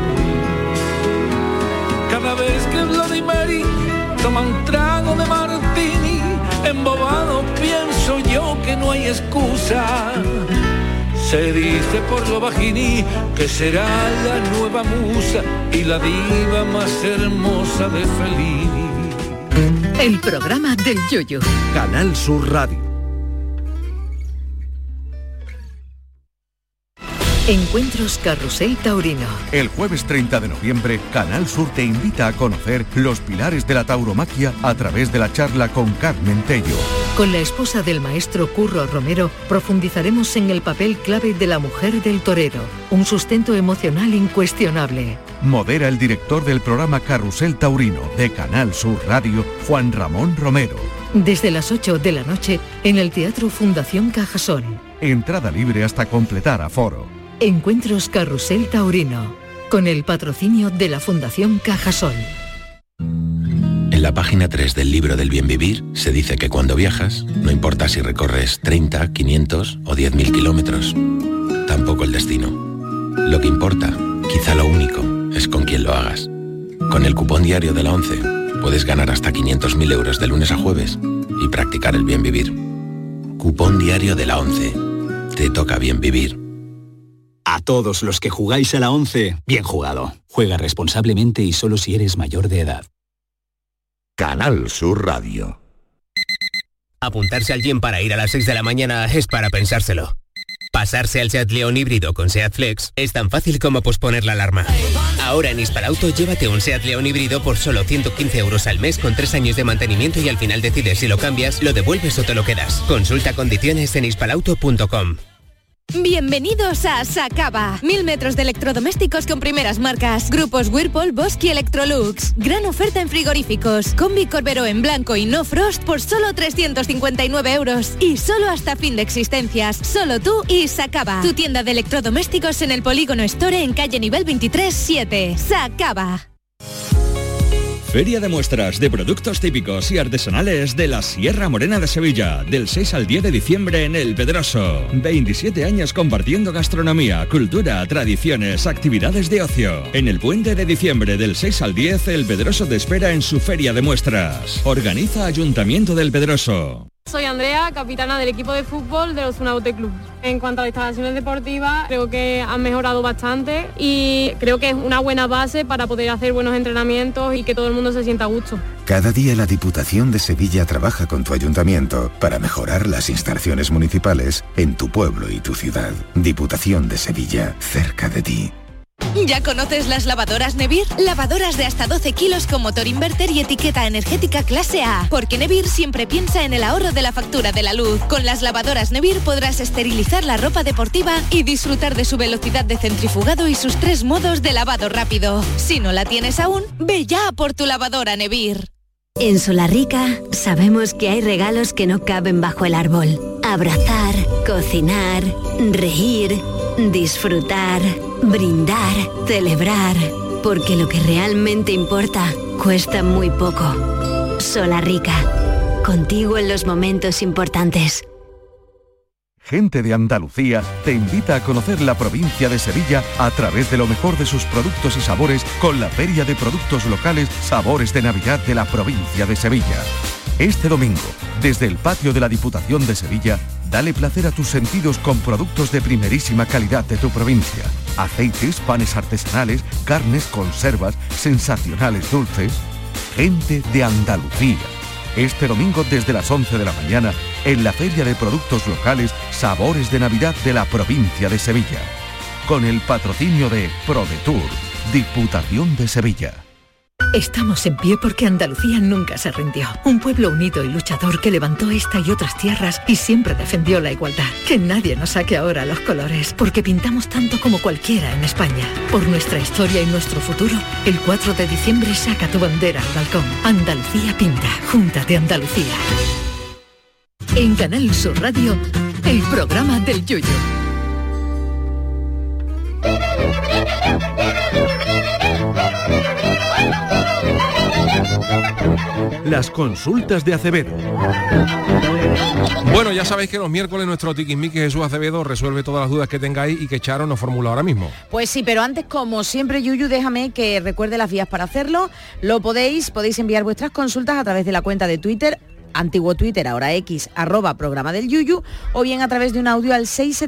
Cada vez que Vladimir toma un trago de martini, embobado pienso yo que no hay excusa. Se dice por lo bajini que será la nueva musa y la diva más hermosa de Fellini. El programa del Yoyo. Canal Sur Radio. Encuentros Carrusel Taurino. El jueves 30 de noviembre, Canal Sur te invita a conocer los pilares de la tauromaquia a través de la charla con Carmen Tello. Con la esposa del maestro Curro Romero profundizaremos en el papel clave de la mujer del torero, un sustento emocional incuestionable. Modera el director del programa Carrusel Taurino de Canal Sur Radio, Juan Ramón Romero. Desde las 8 de la noche en el Teatro Fundación Cajasol. Entrada libre hasta completar aforo. Encuentros Carrusel Taurino, con el patrocinio de la Fundación Cajasol. En la página 3 del libro del bien vivir se dice que cuando viajas, no importa si recorres 30, 500 o 10.000 kilómetros, tampoco el destino. Lo que importa, quizá lo único, es con quién lo hagas. Con el cupón diario de la 11 puedes ganar hasta 500.000 euros de lunes a jueves y practicar el bien vivir. Cupón diario de la 11. Te toca bien vivir. A todos los que jugáis a la 11, bien jugado. Juega responsablemente y solo si eres mayor de edad. Canal Sur Radio. Apuntarse al gym para ir a las 6 de la mañana es para pensárselo. Pasarse al SEAT León híbrido con SEAT Flex es tan fácil como posponer la alarma. Ahora en Hispalauto llévate un SEAT León híbrido por solo 115 euros al mes con 3 años de mantenimiento y al final decides si lo cambias, lo devuelves o te lo quedas. Consulta condiciones en hispalauto.com. Bienvenidos a Sacaba. 1000 metros de electrodomésticos con primeras marcas. Grupos Whirlpool, Bosch y Electrolux. Gran oferta en frigoríficos. Combi Corbero en blanco y no frost por solo 359 euros. Y solo hasta fin de existencias. Solo tú y Sacaba. Tu tienda de electrodomésticos en el Polígono Store en calle nivel 23-7. Sacaba. Feria de muestras de productos típicos y artesanales de la Sierra Morena de Sevilla, del 6 al 10 de diciembre en El Pedroso. 27 años compartiendo gastronomía, cultura, tradiciones, actividades de ocio. En el puente de diciembre del 6 al 10, El Pedroso te espera en su Feria de muestras. Organiza Ayuntamiento del Pedroso. Soy Andrea, capitana del equipo de fútbol de Osuna Bote Club. En cuanto a las instalaciones deportivas, creo que han mejorado bastante y creo que es una buena base para poder hacer buenos entrenamientos y que todo el mundo se sienta a gusto. Cada día la Diputación de Sevilla trabaja con tu ayuntamiento para mejorar las instalaciones municipales en tu pueblo y tu ciudad. Diputación de Sevilla, cerca de ti. ¿Ya conoces las lavadoras Nevir? Lavadoras de hasta 12 kilos con motor inverter y etiqueta energética clase A. Porque Nevir siempre piensa en el ahorro de la factura de la luz. Con las lavadoras Nevir podrás esterilizar la ropa deportiva y disfrutar de su velocidad de centrifugado y sus 3 modos de lavado rápido. Si no la tienes aún, ve ya por tu lavadora Nevir. En Solarrica sabemos que hay regalos que no caben bajo el árbol. Abrazar, cocinar, reír, disfrutar, brindar, celebrar. Porque lo que realmente importa cuesta muy poco. Solarrica, contigo en los momentos importantes. Gente de Andalucía te invita a conocer la provincia de Sevilla a través de lo mejor de sus productos y sabores con la Feria de Productos Locales Sabores de Navidad de la provincia de Sevilla. Este domingo, desde el patio de la Diputación de Sevilla, dale placer a tus sentidos con productos de primerísima calidad de tu provincia. Aceites, panes artesanales, carnes, conservas, sensacionales dulces. Gente de Andalucía. Este domingo desde las 11 de la mañana en la Feria de Productos Locales Sabores de Navidad de la provincia de Sevilla. Con el patrocinio de ProDetour, Diputación de Sevilla. Estamos en pie porque Andalucía nunca se rindió. Un pueblo unido y luchador que levantó esta y otras tierras y siempre defendió la igualdad. Que nadie nos saque ahora los colores, porque pintamos tanto como cualquiera en España. Por nuestra historia y nuestro futuro, el 4 de diciembre saca tu bandera al balcón. Andalucía pinta, Junta de Andalucía. En Canal Sur Radio, el programa del Yuyu. Las consultas de Acevedo. Bueno, ya sabéis que los miércoles nuestro tiquismiqui Jesús Acevedo resuelve todas las dudas que tengáis y que Charo nos formula ahora mismo. Pues sí, pero antes, como siempre, Yuyu, déjame que recuerde las vías para hacerlo. Podéis enviar vuestras consultas a través de la cuenta de Twitter, antiguo Twitter, ahora X, @programa del Yuyu, o bien a través de un audio al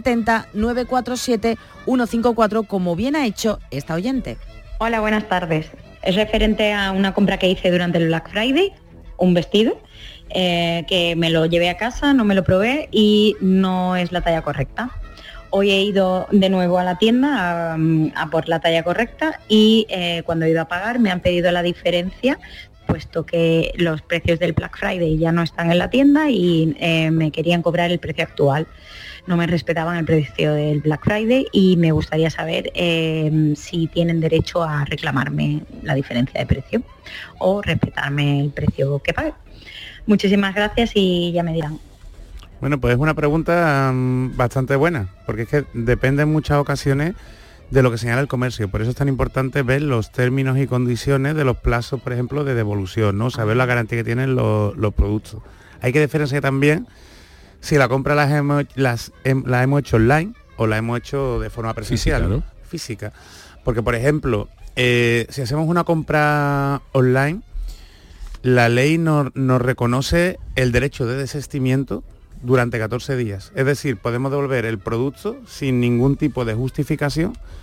670-947-154, como bien ha hecho esta oyente. Hola, buenas tardes. Es referente a una compra que hice durante el Black Friday, un vestido, que me lo llevé a casa, no me lo probé y no es la talla correcta. Hoy he ido de nuevo a la tienda a por la talla correcta y cuando he ido a pagar me han pedido la diferencia, puesto que los precios del Black Friday ya no están en la tienda y me querían cobrar el precio actual. No me respetaban el precio del Black Friday y me gustaría saber si tienen derecho a reclamarme la diferencia de precio o respetarme el precio que pague. Muchísimas gracias y ya me dirán. Bueno, pues es una pregunta bastante buena, porque es que depende en muchas ocasiones de lo que señala el comercio. Por eso es tan importante ver los términos y condiciones de los plazos, por ejemplo, de devolución, ¿no? Saber la garantía que tienen los productos. Hay que diferenciar también si la compra la hemos hecho online o la hemos hecho de forma presencial, física, ¿no? Física. Porque, por ejemplo, si hacemos una compra online, la ley nos reconoce el derecho de desistimiento durante 14 días. Es decir, podemos devolver el producto sin ningún tipo de justificación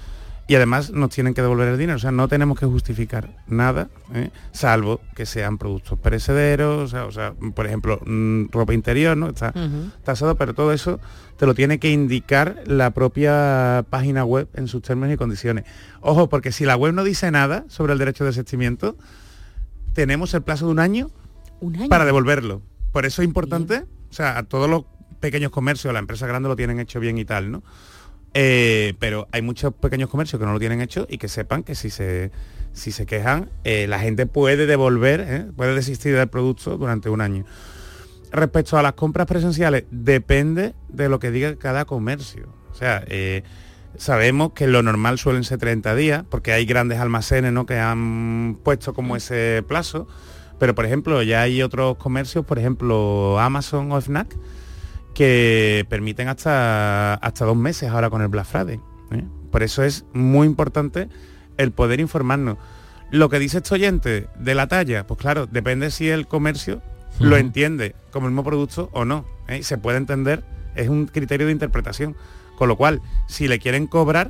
y además nos tienen que devolver el dinero, o sea, no tenemos que justificar nada, salvo que sean productos perecederos, o sea, por ejemplo, ropa interior, ¿no? Está tasado, pero todo eso te lo tiene que indicar la propia página web en sus términos y condiciones. Ojo, porque si la web no dice nada sobre el derecho de desistimiento, tenemos el plazo de un año para devolverlo. Por eso es importante, o sea, a todos los pequeños comercios, las empresas grandes lo tienen hecho bien y tal, ¿no? Pero hay muchos pequeños comercios que no lo tienen hecho y que sepan que si se quejan, la gente puede devolver, puede desistir del producto durante un año. Respecto a las compras presenciales, depende de lo que diga cada comercio. O sea, sabemos que lo normal suelen ser 30 días, porque hay grandes almacenes, ¿no?, que han puesto como ese plazo, pero por ejemplo ya hay otros comercios, por ejemplo Amazon o Fnac, que permiten hasta 2 meses ahora con el Black Friday. Por eso es muy importante el poder informarnos. Lo que dice este oyente de la talla, pues claro, depende si el comercio lo entiende como el mismo producto o no. Se puede entender, es un criterio de interpretación. Con lo cual, si le quieren cobrar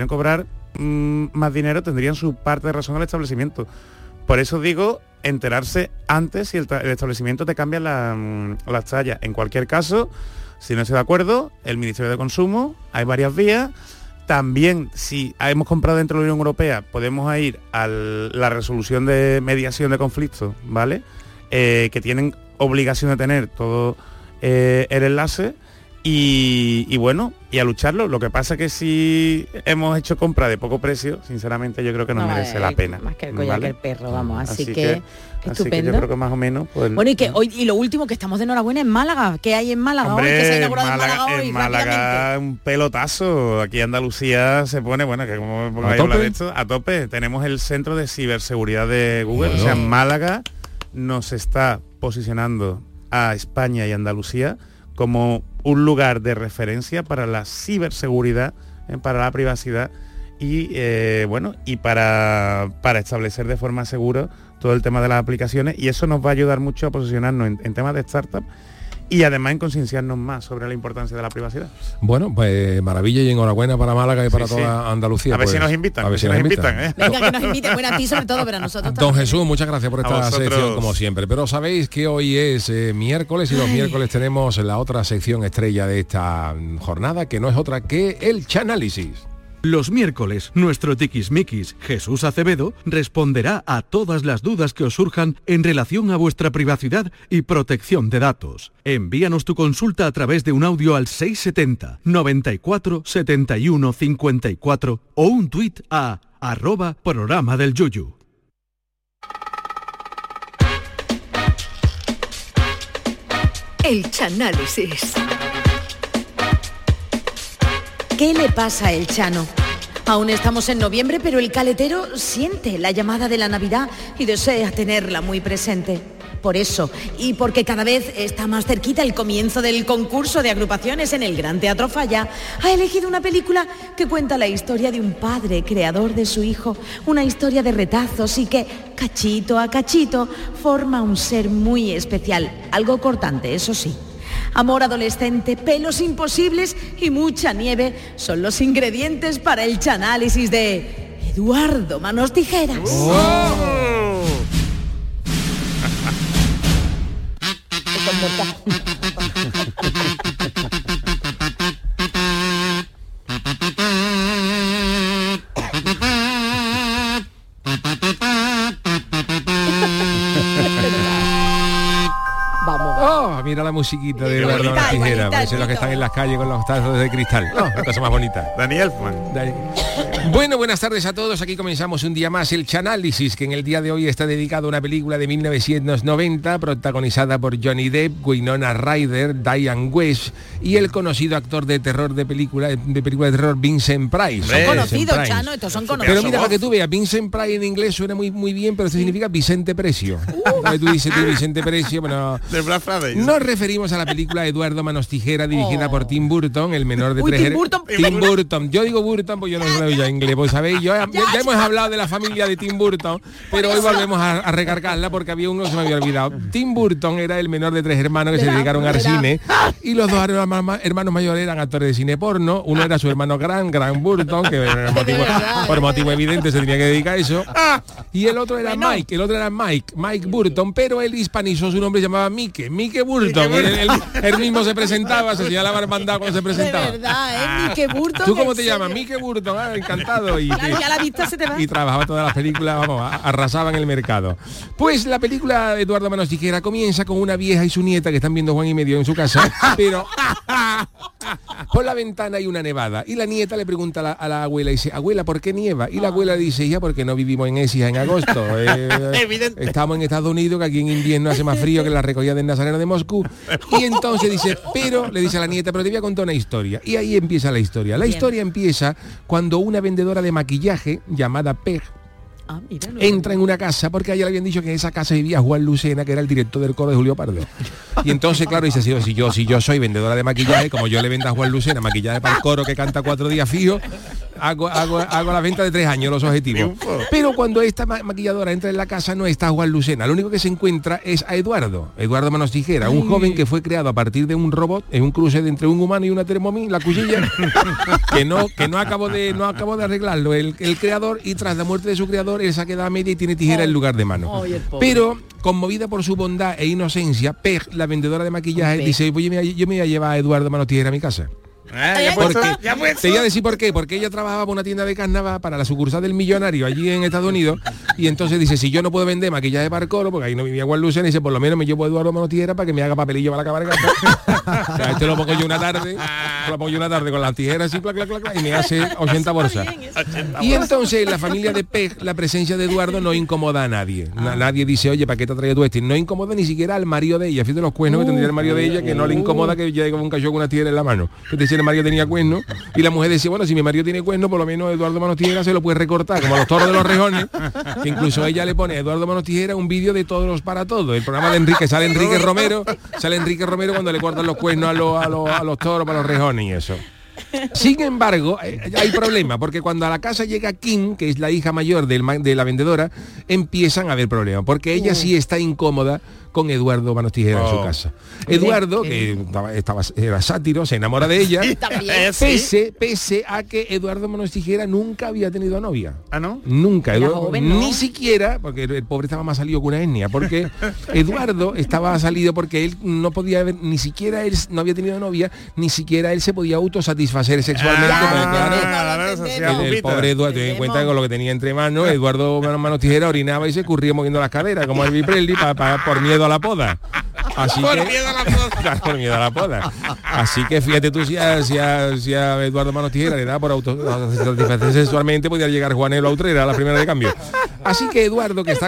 más dinero, tendrían su parte de razón al establecimiento. Por eso digo, enterarse antes si el establecimiento te cambia las tallas. En cualquier caso, si no estoy de acuerdo, el Ministerio de Consumo, hay varias vías. También, si hemos comprado dentro de la Unión Europea, podemos ir a la resolución de mediación de conflictos, ¿vale? Que tienen obligación de tener todo el enlace. Y bueno, y a lucharlo. Lo que pasa es que si hemos hecho compra de poco precio, sinceramente yo creo que no merece la pena. Más que el collar, ¿vale?, que el perro, vamos. Así que estupendo. Que yo creo que más o menos... Pues, bueno, y que hoy, y lo último, que estamos de enhorabuena en Málaga. ¿Qué hay en Málaga? Hombre, hoy? Que se ha inaugurado en Málaga hoy, Málaga un pelotazo. Aquí Andalucía se pone, bueno, que como hay hablar de esto, a tope. Tenemos el Centro de Ciberseguridad de Google. Bueno. O sea, Málaga nos está posicionando a España y Andalucía como un lugar de referencia para la ciberseguridad, para la privacidad y para establecer de forma segura todo el tema de las aplicaciones, y eso nos va a ayudar mucho a posicionarnos en temas de startup y además en concienciarnos más sobre la importancia de la privacidad. Bueno, pues maravilla y enhorabuena para Málaga y para toda Andalucía. A ver si nos invitan. A ver si nos invitan. Venga, que nos inviten. Bueno, a ti sobre todo, pero a nosotros también. Don Jesús, muchas gracias por esta sección como siempre. Pero sabéis que hoy es miércoles y los miércoles tenemos la otra sección estrella de esta jornada, que no es otra que el Chanálisis. Los miércoles, nuestro tiquismiquis, Jesús Acevedo, responderá a todas las dudas que os surjan en relación a vuestra privacidad y protección de datos. Envíanos tu consulta a través de un audio al 670 94 71 54 o un tuit a @programa del Yuyu. El Chanálisis. ¿Qué le pasa a El Chano? Aún estamos en noviembre, pero el caletero siente la llamada de la Navidad y desea tenerla muy presente. Por eso, y porque cada vez está más cerquita el comienzo del concurso de agrupaciones en el Gran Teatro Falla, ha elegido una película que cuenta la historia de un padre creador de su hijo, una historia de retazos y que, cachito a cachito, forma un ser muy especial, algo cortante, eso sí. Amor adolescente, pelos imposibles y mucha nieve son los ingredientes para el Chanálisis de Eduardo Manos Tijeras. Mira la musiquita de Eduardo Manos Tijeras, parece los que están en las calles con los tazos de cristal. No, la cosa más bonita. Daniel Elfman. Bueno, buenas tardes a todos. Aquí comenzamos un día más el Chanálisis, que en el día de hoy está dedicado a una película de 1990 protagonizada por Johnny Depp, Winona Ryder, Diane West y el conocido actor de terror de película de terror Vincent Price. Son conocidos, Chano, estos son conocidos. Pero mira, para que tú veas, Vincent Price en inglés suena muy bien, pero esto significa Vicente Precio. Tú dices Vicente Precio, bueno, de Black Friday. Nos referimos a la película Eduardo Manos Tijera, dirigida por Tim Burton, el menor de tres hermanos. Tim Burton. Yo digo Burton porque yo no sé ya inglés, pues sabéis, ya hemos hablado de la familia de Tim Burton, pero hoy volvemos a recargarla porque había uno que se me había olvidado. Tim Burton era el menor de tres hermanos que se dedicaron al cine, y los dos hermanos mayores eran actores de cine porno. Uno era su hermano Grant Burton, que por motivo evidente se tenía que dedicar a eso, y el otro era Mike Burton, pero él hispanizó su nombre, se llamaba Mike Burton. Él mismo se presentaba, se señalaba hermandad cuando se presentaba. De verdad, Mike Burton. ¿Tú cómo te llamas? Mike Burton, encantado. Y, claro, ya la vista se te va. Y trabajaba todas las películas, vamos, arrasaba en el mercado. Pues la película de Eduardo Manos Tijera comienza con una vieja y su nieta que están viendo Juan y Medio en su casa, pero por la ventana hay una nevada y la nieta le pregunta a la abuela y dice, abuela, ¿por qué nieva? Y la abuela dice, ya, porque no vivimos en Écija en agosto. Estamos en Estados Unidos, que aquí en invierno hace más frío que la recogida del Nazareno de Moscú. Y entonces dice, pero, le dice a la nieta, pero te voy a contar una historia. Y ahí empieza la historia. La historia empieza cuando una vendedora de maquillaje llamada Peg entra en una casa, porque a ella le habían dicho que en esa casa vivía Juan Lucena, que era el director del coro de Julio Pardo. Y entonces, claro, dice, si yo soy vendedora de maquillaje, como yo le vendo a Juan Lucena maquillaje para el coro que canta 4 días fijo, hago la venta de 3 años, los objetivos. Pero cuando esta maquilladora entra en la casa no está Juan Lucena, lo único que se encuentra es a Eduardo Manos Tijera, un joven que fue creado a partir de un robot, en un cruce de entre un humano y una Thermomix, la cuchilla, que no acabó de arreglarlo el creador, y tras la muerte de su creador él se ha quedado a media y tiene tijera en lugar de mano. Pero conmovida por su bondad e inocencia, Peg, la vendedora de maquillaje, dice, oye, yo me voy a llevar a Eduardo Manos Tijera a mi casa. Te voy a decir por qué, porque ella trabajaba por una tienda de carnaval para la sucursal del Millonario allí en Estados Unidos, y entonces dice, si yo no puedo vender maquillaje para el coro, porque ahí no vivía Juan Lucena, y dice, por lo menos me llevo a Eduardo Manos Tijera para que me haga papelillo para la cabalgata. O sea, esto lo pongo yo una tarde con las tijeras así, y me hace 80 bolsas. Y entonces la familia de Peg, la presencia de Eduardo no incomoda a nadie. Nadie dice, oye, ¿para qué te ha traído tú este? No incomoda ni siquiera al marido de ella. Fíjate los cuernos que tendría el marido de ella, que no le incomoda que llegue con un cachorro con una tijera en la mano. El marido tenía cuerno, y la mujer decía, bueno, si mi marido tiene cuerno, por lo menos Eduardo Manos Tijera se lo puede recortar, como a los toros de los rejones, que incluso ella le pone a Eduardo Manos Tijera un vídeo de Todos los para Todos, el programa de Enrique, sale Enrique Romero cuando le cortan los cuernos a los toros, para los rejones y eso. Sin embargo, hay problema, porque cuando a la casa llega Kim, que es la hija mayor de la vendedora, empiezan a haber problemas, porque ella sí está incómoda con Eduardo Manos Tijera en su casa. Eduardo, que era sátiro, se enamora de ella, pese a que Eduardo Manos Tijera nunca había tenido novia. ¿Ah, no? Nunca. Ni siquiera, porque el pobre estaba más salido que una etnia, porque Eduardo estaba salido porque él no podía ver, ni siquiera él no había tenido novia, ni siquiera él se podía autosatisfacer sexualmente. El pobre Eduardo, ten en cuenta que con lo que tenía entre manos, Eduardo Manos Tijera orinaba y se escurría moviendo las caderas, como Elvis Presley, por miedo a la poda. Así por miedo a la poda. Así que fíjate tú, si a Eduardo Manos Tijera le da por autosatisfacer sexualmente, podría llegar Juanelo a Utrera a la primera de cambio. Así que Eduardo, que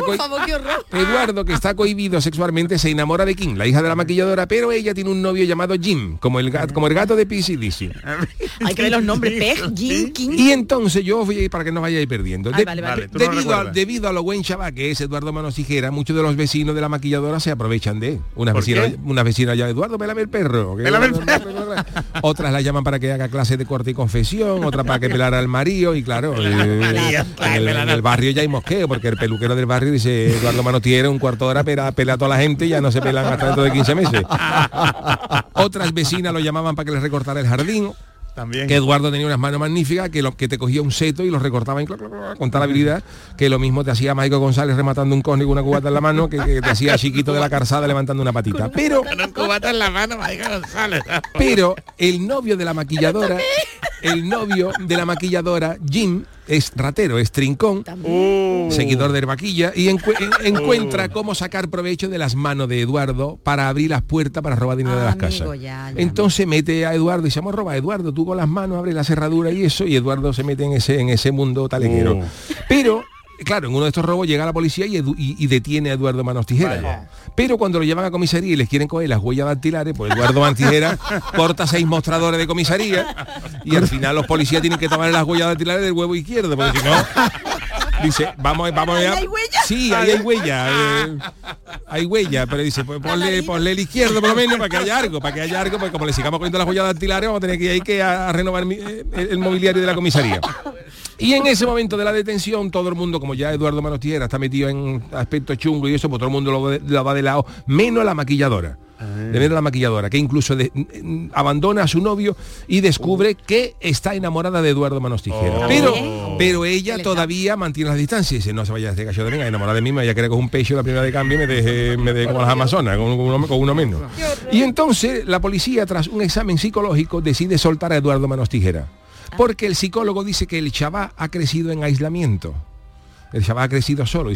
está cohibido sexualmente, se enamora de Kim, la hija de la maquilladora, pero ella tiene un novio llamado Jim, como el gato de PCDC. Hay que ver los nombres, Peg, Jim, Kim. Y entonces yo fui, para que no vayáis perdiendo. Debido a lo buen chaval que es Eduardo Manos Tijera, muchos de los vecinos de la maquilladora se aprovechan de él. Una vecina llama, Eduardo, pélame el perro. Otras la llaman para que haga clases de corte y confesión, otra para que pelara al marido, y claro, en el barrio ya hay mosqueo, porque el peluquero del barrio dice, Eduardo Manos Tijera, un cuarto de hora pela a toda la gente y ya no se pelan hasta dentro de 15 meses. Otras vecinas lo llamaban para que les recortara el jardín. También. Que Eduardo tenía unas manos magníficas, que te cogía un seto y los recortaba con tal habilidad que lo mismo te hacía Maico González rematando un córner con una cubata en la mano, que te hacía Chiquito de la Calzada levantando una patita. Pero cubata en la mano, Maico González. Pero el novio de la maquilladora, Jim, es ratero, es trincón, seguidor de Herbaquilla, y encuentra cómo sacar provecho de las manos de Eduardo para abrir las puertas para robar dinero de las casas. Entonces mete a Eduardo y se llama, roba, Eduardo, tú con las manos abres la cerradura y eso, y Eduardo se mete en ese mundo taleguero. Pero claro, en uno de estos robos llega la policía y detiene a Eduardo Manos Tijera. Pero cuando lo llevan a comisaría y les quieren coger las huellas dactilares, pues Eduardo Manos Tijera corta 6 mostradores de comisaría y al final los policías tienen que tomar las huellas dactilares del huevo izquierdo, porque si no Dice, vamos allá. ¿Hay huella? Sí, ahí hay huella. Hay huella, pero dice, pues ponle el izquierdo por lo menos para que haya algo, porque como le sigamos poniendo las huellas dactilares, vamos a tener que ir ahí que a renovar el mobiliario de la comisaría. Y en ese momento de la detención, todo el mundo, como ya Eduardo Manos Tijeras está metido en aspectos chungos y eso, pues todo el mundo lo va de lado, menos la maquilladora. De ver a la maquilladora, que incluso abandona a su novio y descubre que está enamorada de Eduardo Manos Tijeras. Pero ella todavía mantiene las distancias y dice, no se vaya a este cacho de venga, enamorada de mí, me vaya a querer coger un pecho la primera de cambio y me deje como las amazonas, con uno menos. Y entonces la policía, tras un examen psicológico, decide soltar a Eduardo Manos Tijeras. Porque el psicólogo dice que el chaval ha crecido en aislamiento. El chaval ha crecido solo. Y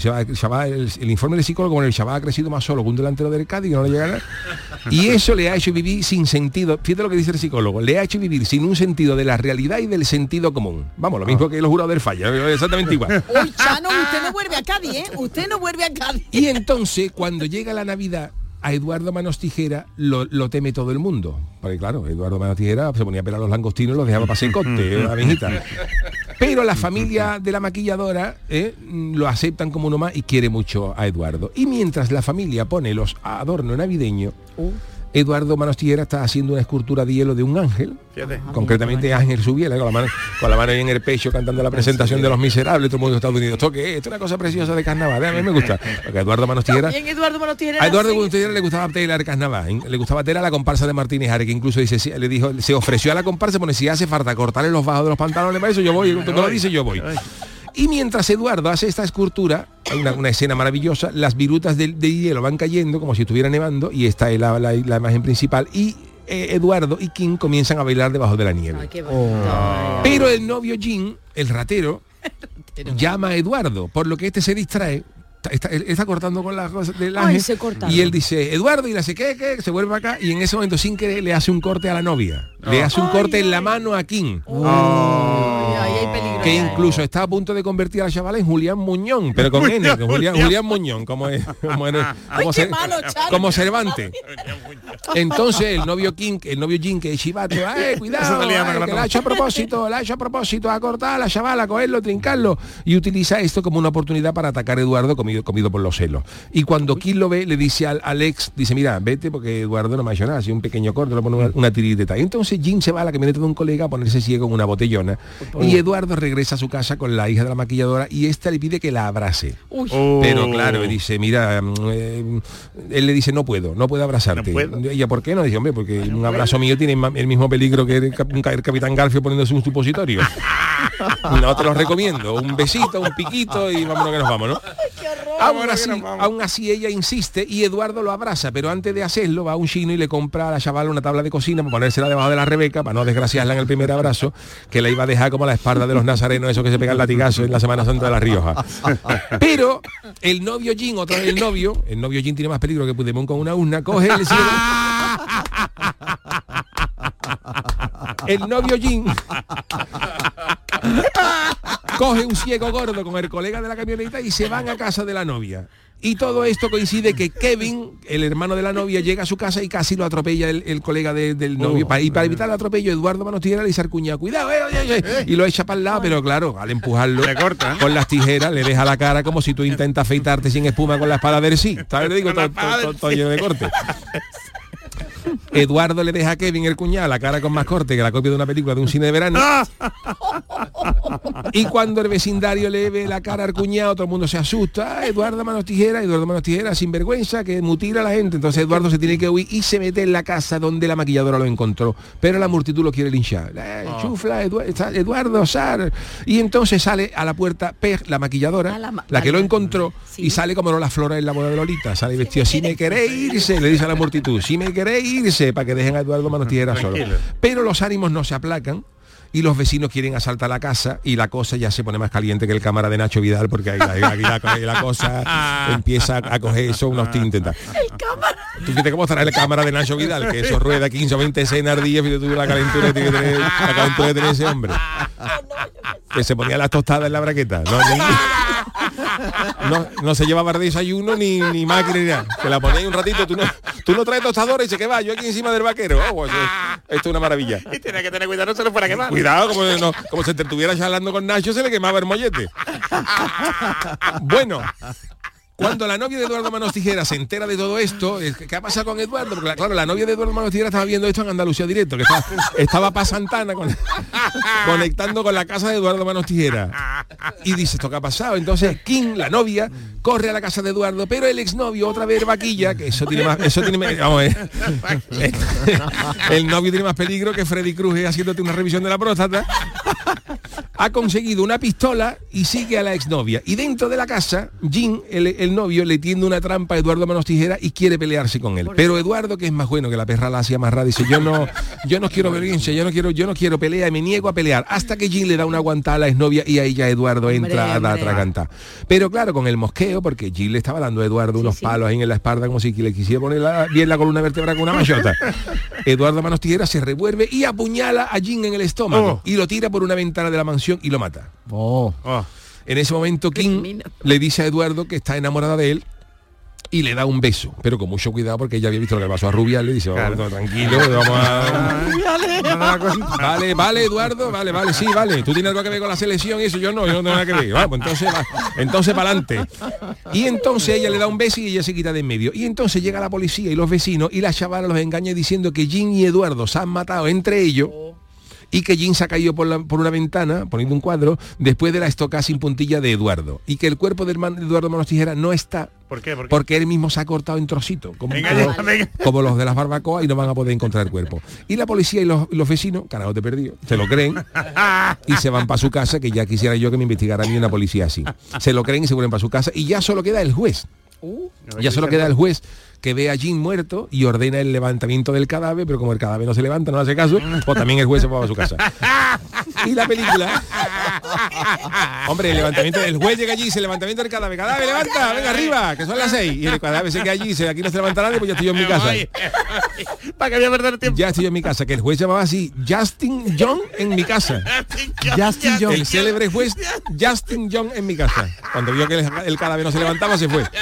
el informe del psicólogo, bueno, el chaval ha crecido más solo que un delantero del Cádiz, que no le llega nada. Y eso le ha hecho vivir sin sentido. Fíjate lo que dice el psicólogo. Le ha hecho vivir sin un sentido de la realidad y del sentido común. Vamos, lo mismo que los jurados del Falla. Exactamente igual. Uy, Chano, usted no vuelve a Cádiz, ¿eh? Usted no vuelve a Cádiz. Y entonces, cuando llega la Navidad, a Eduardo Manos Tijeras lo teme todo el mundo. Porque claro, Eduardo Manos Tijeras se ponía a pelar los langostinos y los dejaba para secote, la viejita. Pero la familia de la maquilladora lo aceptan como uno más y quiere mucho a Eduardo. Y mientras la familia pone los adornos navideños, Eduardo Manos Tijeras está haciendo una escultura de hielo de un ángel. Fíjate. Concretamente Ángel Subiela, con la mano ahí en el pecho cantando la presentación de Los Miserables, todo el mundo de Estados Unidos. ¿Esto qué es? Esto es una cosa preciosa de carnaval. A mí me gusta. Porque a Eduardo Manos Tijeras... A Eduardo Manos Tijeras le gustaba telar carnaval. Le gustaba telar la comparsa de Martínez Ares, que incluso dice, le dijo, se ofreció a la comparsa, pone si hace falta cortarle los bajos de los pantalones para eso, yo voy. Tú lo dices, yo voy. Y mientras Eduardo hace esta escultura, hay una escena maravillosa, las virutas de hielo van cayendo como si estuviera nevando, y esta es la imagen principal, y Eduardo y Kim comienzan a bailar debajo de la nieve. Ay, qué bonito. Pero el novio Jim, el ratero, llama a Eduardo, por lo que este se distrae. Está cortando con las cosas del ángel. Y él dice, Eduardo, y le hace, ¿qué? Se vuelve acá, y en ese momento, sin querer, le hace un corte a la novia. Le hace un corte en la mano a Kim. Que incluso está a punto de convertir a la chavala en Julián Muñón, pero con N, Julián Muñón, como Cervantes. Entonces el novio Jim, que es chivato, cuidado, que la ha hecho a propósito, a cortar a la chavala, a cogerlo, trincarlo, y utiliza esto como una oportunidad para atacar a Eduardo comido por los celos. Y cuando Kim lo ve, le dice al ex, dice, mira, vete porque Eduardo no me ha hecho nada, así un pequeño corte, le pone una tiriteta. Y entonces Jim se va a la camioneta de un colega a ponerse ciego en una botellona, y Eduardo regresa a su casa con la hija de la maquilladora y esta le pide que la abrace. Pero claro, dice, mira, él le dice, no puedo abrazarte. ¿Y ella por qué no? Dice, hombre, porque un abrazo mío tiene el mismo peligro que el Capitán Garfio poniéndose un supositorio. No te lo recomiendo. Un besito, un piquito y vámonos que nos vamos, ¿no? Aún así ella insiste y Eduardo lo abraza, pero antes de hacerlo va a un chino y le compra a la chavala una tabla de cocina para ponérsela debajo de la Rebeca, para no desgraciarla en el primer abrazo, que la iba a dejar como la espalda de los nazarenos, esos que se pegan latigazo en la Semana Santa de La Rioja. Pero el novio Jim, otra vez el novio Jim tiene más peligro que Puigdemont con una urna, coge el novio Jim coge un ciego gordo con el colega de la camioneta y se van a casa de la novia. Y todo esto coincide que Kevin, el hermano de la novia, llega a su casa y casi lo atropella el colega del novio. Y para evitar el atropello, Eduardo Manos Tijeras le dice al cuñado, cuidado, y lo echa para el lado, pero claro, al empujarlo con las tijeras, le deja la cara como si tú intentas afeitarte sin espuma con la espada de sí. ¿Sabes? Le digo, todo lleno de corte. Eduardo le deja a Kevin, el cuñado, la cara con más corte que la copia de una película de un cine de verano. Y cuando el vecindario le ve la cara al cuñado, todo el mundo se asusta. Eduardo Manos Tijeras sin vergüenza, que mutila a la gente. Entonces Eduardo se tiene que huir y se mete en la casa donde la maquilladora lo encontró. Pero la multitud lo quiere linchar. Chufla, Eduardo, Sar. Y entonces sale a la puerta la maquilladora, la que lo encontró, y sale como no la flora en la boda de Lolita. Sale vestido, si me queréis irse, le dice a la multitud, si me queréis irse, para que dejen a Eduardo Manos Tijeras solo. Pero los ánimos no se aplacan y los vecinos quieren asaltar la casa y la cosa ya se pone más caliente que el cámara de Nacho Vidal, porque ahí la cosa empieza a coger eso unos tintes. El cámara. ¿Tú fíjate cómo estará el cámara de Nacho Vidal? Que eso rueda 15 o 20 escenas al día, y tú la calentura que tiene que tener ese hombre. Que se ponía las tostadas en la braqueta. No se llevaba de desayuno ni máquina ni nada. Que la ponía un ratito, tú Tú no traes tostadores y dice que va, yo aquí encima del vaquero. Oh, esto es una maravilla. Y tiene que tener cuidado, no se le fuera a quemar. Cuidado, como si estuviera charlando con Nacho, se le quemaba el mollete. Bueno, cuando la novia de Eduardo Manos Tijeras se entera de todo esto, ¿qué ha pasado con Eduardo? Porque claro, la novia de Eduardo Manos Tijeras estaba viendo esto en Andalucía Directo, que estaba para Santana conectando con la casa de Eduardo Manos Tijeras. Y dice, ¿esto qué ha pasado? Entonces Kim, la novia, corre a la casa de Eduardo, pero el exnovio otra vez vaquilla, que eso tiene vamos, el novio tiene más peligro que Freddy Cruz haciéndote una revisión de la próstata. Ha conseguido una pistola y sigue a la exnovia. Y dentro de la casa, Jim, el novio, le tiende una trampa a Eduardo Manos Tijeras y quiere pelearse con él. Pero Eduardo, que es más bueno que la perra la hacía amarrada, dice, yo no quiero violencia, yo no quiero pelea y me niego a pelear. Hasta que Jim le da una aguantada a la exnovia y ahí ya Eduardo entra a la atragantar. Pero claro, con el mosqueo, porque Jim le estaba dando a Eduardo unos palos ahí en la espalda como si le quisiera poner bien la columna vertebral con una machota. Eduardo Manos Tijeras se revuelve y apuñala a Jim en el estómago y lo tira por una ventana de la mansión y lo mata. En ese momento Kim le dice a Eduardo que está enamorada de él y le da un beso, pero con mucho cuidado porque ella había visto lo que le pasó a Rubial, le dice, claro, tranquilo, vamos a... Vale, Eduardo, vale, sí, vale. Tú tienes algo que ver con la selección y eso, yo no tengo nada que ver. Vamos, entonces para adelante. Y entonces ella le da un beso y ella se quita de en medio. Y entonces llega la policía y los vecinos y la chavala los engaña diciendo que Jim y Eduardo se han matado entre ellos. Y que Jim se ha caído por una ventana, poniendo un cuadro, después de la estocada sin puntilla de Eduardo. Y que el cuerpo de Eduardo Manos Tijeras no está. ¿Por qué? Porque él mismo se ha cortado en trocitos, como los de las barbacoas, y no van a poder encontrar el cuerpo. Y la policía y los vecinos, carajo te perdido, se lo creen y se van para su casa, que ya quisiera yo que me investigara a mí una policía así. Se lo creen y se vuelven para su casa y ya solo queda el juez. Ya solo queda el juez que ve a Jim muerto y ordena el levantamiento del cadáver, pero como el cadáver no se levanta, no hace caso, pues también el juez se va a su casa. Y la película, hombre, el levantamiento del juez llega allí, dice el levantamiento del cadáver, levanta, venga arriba, que son las 6, y el cadáver se queda allí, dice, aquí no se levantará nadie, pues ya estoy yo en mi casa. Para que voy a perder tiempo. Ya estoy yo en mi casa, que el juez llamaba así, Justin John en mi casa. Justin John. El célebre juez Justin John en mi casa. Cuando vio que el cadáver no se levantaba, se fue.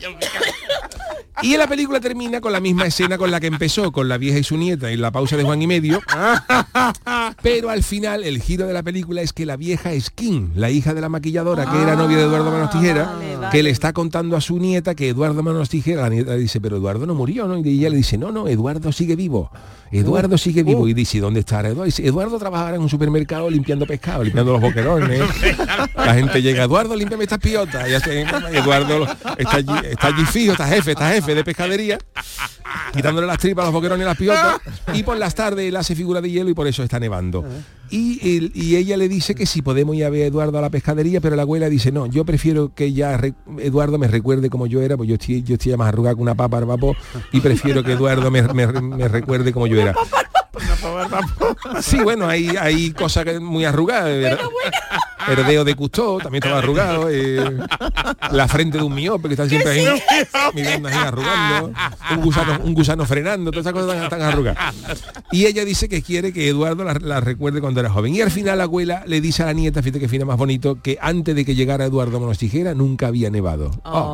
Y la película termina con la misma escena con la que empezó, con la vieja y su nieta y la pausa de Juan y medio. Pero al final el giro de la película es que la vieja es Kim, la hija de la maquilladora, que era novia de Eduardo Manos Tijeras, que le está contando a su nieta que Eduardo Manos Tijeras, la nieta dice, pero Eduardo no murió, ¿no? Y ella le dice, no, Eduardo sigue vivo. Eduardo sigue vivo. Y dice, ¿dónde está Eduardo? Dice, Eduardo trabajaba en un supermercado limpiando pescado, limpiando los boquerones. La gente llega, Eduardo, límpiame estas piotas. Eduardo está allí fijo, está jefe de pescadería, quitándole las tripas, los boquerones y las piotas. Y por las tardes él hace figura de hielo y por eso está nevando. Y ella le dice que si podemos ir a ver a Eduardo a la pescadería, pero la abuela dice, no, yo prefiero que ya Eduardo me recuerde como yo era, pues yo estoy más arrugado que una papa al vapor y prefiero que Eduardo me recuerde como yo era. Sí, bueno, hay cosas muy arrugadas. Heredeo de Cousteau también estaba arrugado. La frente de un miope que están siempre ahí mirando ahí arrugando. Un gusano frenando, todas esas cosas están arrugadas. Y ella dice que quiere que Eduardo la recuerde cuando era joven. Y al final la abuela le dice a la nieta, fíjate que final más bonito, que antes de que llegara Eduardo Manos Tijeras nunca había nevado.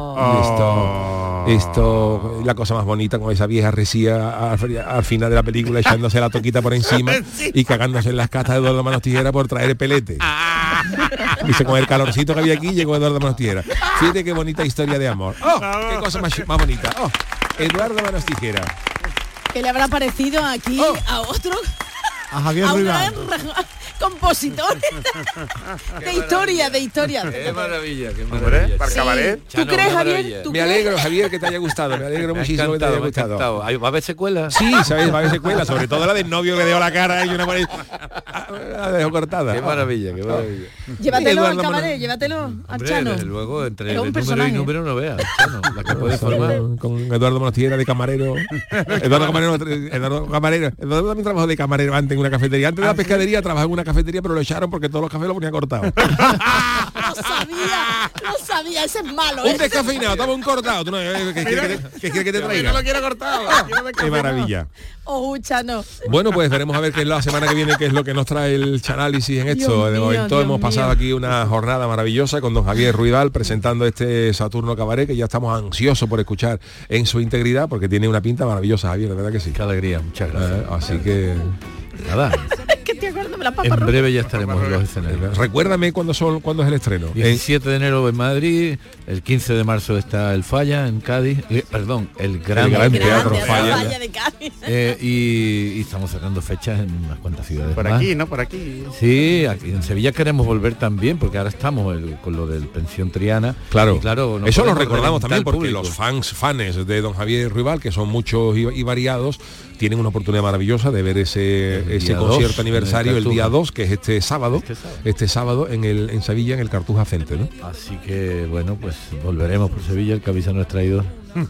Esto, la cosa más bonita, con esa vieja resía al final de la película echándose la toquita por encima y cagándose en las castas de Eduardo Manos Tijeras por traer el pelete. Dice, con el calorcito que había aquí llegó Eduardo Manos Tijeras. Fíjate qué bonita historia de amor. Qué cosa más bonita. Eduardo Manos Tijeras. ¿Qué le habrá parecido aquí a otro? A Javier Ruibal. Compositor de historia. Qué maravilla, qué maravilla. Para cabaret. ¿Tú crees, Javier? Me alegro, Javier, que te haya gustado. Me alegro muchísimo que te haya gustado. ¿Va a haber secuela? Sí, ¿sabes? Va a haber secuela, sobre todo la del novio que le dio la cara y una por ahí. La dejó cortada. Qué maravilla, qué maravilla. Llévatelo al cabaret, llévatelo al Chano. Desde luego, entre el número y número no veas, Chano, la que puede formar. Con Eduardo Manos Tijeras de camarero. Eduardo también trabajó de camarero antes en una cafetería. Antes de la pescadería trabajaba en una cafetería, pero lo echaron porque todos los cafés lo ponían cortados. Lo sabía, ese es malo. Un descafeinado, estamos un cortado. ¿Tú no, ¿qué quieres que te traiga? No lo quiero cortado. Qué maravilla. Ojucha, no. Bueno, pues veremos a ver qué es la semana que viene, qué es lo que nos trae el Chanálisis en esto. De momento hemos pasado aquí una jornada maravillosa con don Javier Ruibal presentando este Saturno Cabaret, que ya estamos ansiosos por escuchar en su integridad, porque tiene una pinta maravillosa, Javier, de verdad que sí. Qué alegría, muchas gracias. Así que... Nada. Que te acuerdas de la papa En roja. breve ya estaremos en los escenarios. Recuérdame cuándo es el estreno. 17 de enero en Madrid, el 15 de marzo está el Falla en Cádiz, el Gran Teatro Falla de Cádiz. y estamos sacando fechas en unas cuantas ciudades Por más. aquí, ¿no? Por aquí. Sí, aquí en Sevilla queremos volver también, porque ahora estamos con lo del Pensión Triana. Claro, y claro, no eso lo podemos recordamos reventar también al porque público. los fanes de don Javier Ruibal, que son muchos y variados, tienen una oportunidad maravillosa de ver ese día concierto 2, aniversario en el el día Cartuja. 2, que es este sábado en Sevilla, en el Cartuja Center, ¿no? Así que bueno, pues volveremos por Sevilla, el que avisa no es traidor.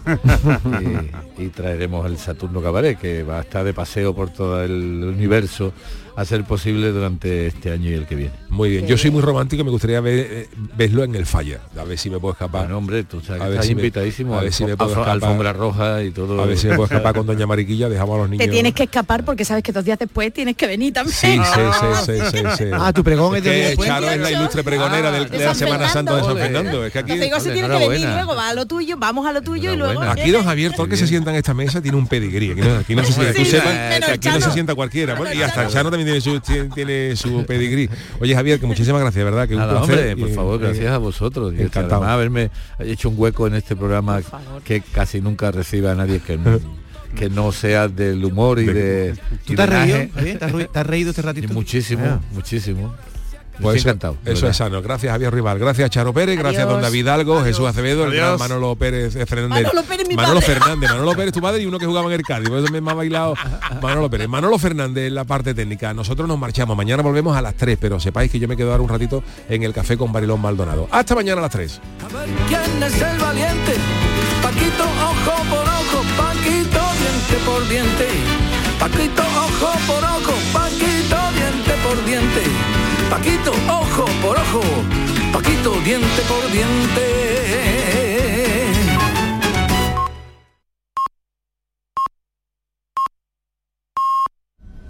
y traeremos el Saturno Cabaret, que va a estar de paseo por todo el universo a ser posible durante este año y el que viene. Muy bien, yo soy muy romántico y me gustaría verlo en el Falla, a ver si me puedo escapar. Bueno, hombre, tú sabes A que ver estás si me- invitadísimo a ver si me puedo escapar. alfombra roja y todo. A ver si me puedo escapar con doña Mariquilla, dejamos a los niños. Te tienes que escapar porque sabes que 2 días después tienes que venir también. Sí. Ah, tu pregón es de que después. Charo es la ilustre pregonera de la San Semana Santa de San Fernando. Fernando. Es que aquí... Entonces digo, se tiene que venir luego, va a lo tuyo, vamos a lo tuyo y luego... Aquí don Javier, todo el que se sienta en esta mesa tiene un pedigrí. Aquí no se sienta, Sí, tú sepas menos que aquí no Chano. se sienta cualquiera. Bueno, y hasta Chano también tiene su pedigrí. Oye, Javier, que muchísimas gracias, ¿verdad? Que Nada, un placer. hombre, por favor, gracias a vosotros. Y encantado. además haberme hecho un hueco en este programa que casi nunca reciba a nadie que no sea del humor y de... ¿Tú y te has de reído? naje. Javier? ¿Te has reído este ratito? Muchísimo, muchísimo. Pues Estoy encantado. de Eso verdad. es sano. Gracias, Javier Rival. Gracias, Charo Pérez. Gracias, don David Algo, Jesús Acevedo, el gran Manolo Pérez Fernández. Manolo Pérez, mi Manolo padre. Fernández, Manolo Pérez, tu padre, y uno que jugaba en el Cádiz. Por eso me ha bailado Manolo Pérez. Manolo Fernández en la parte técnica. Nosotros nos marchamos. Mañana volvemos a las 3, pero sepáis que yo me quedo ahora un ratito en el café con Barilón Maldonado. Hasta mañana a las 3. ¿Quién es el valiente? Paquito, ojo por ojo, Paquito, diente por diente. Paquito, ojo por ojo, Paquito, diente por diente. Paquito, ojo por ojo, Paquito, diente por diente.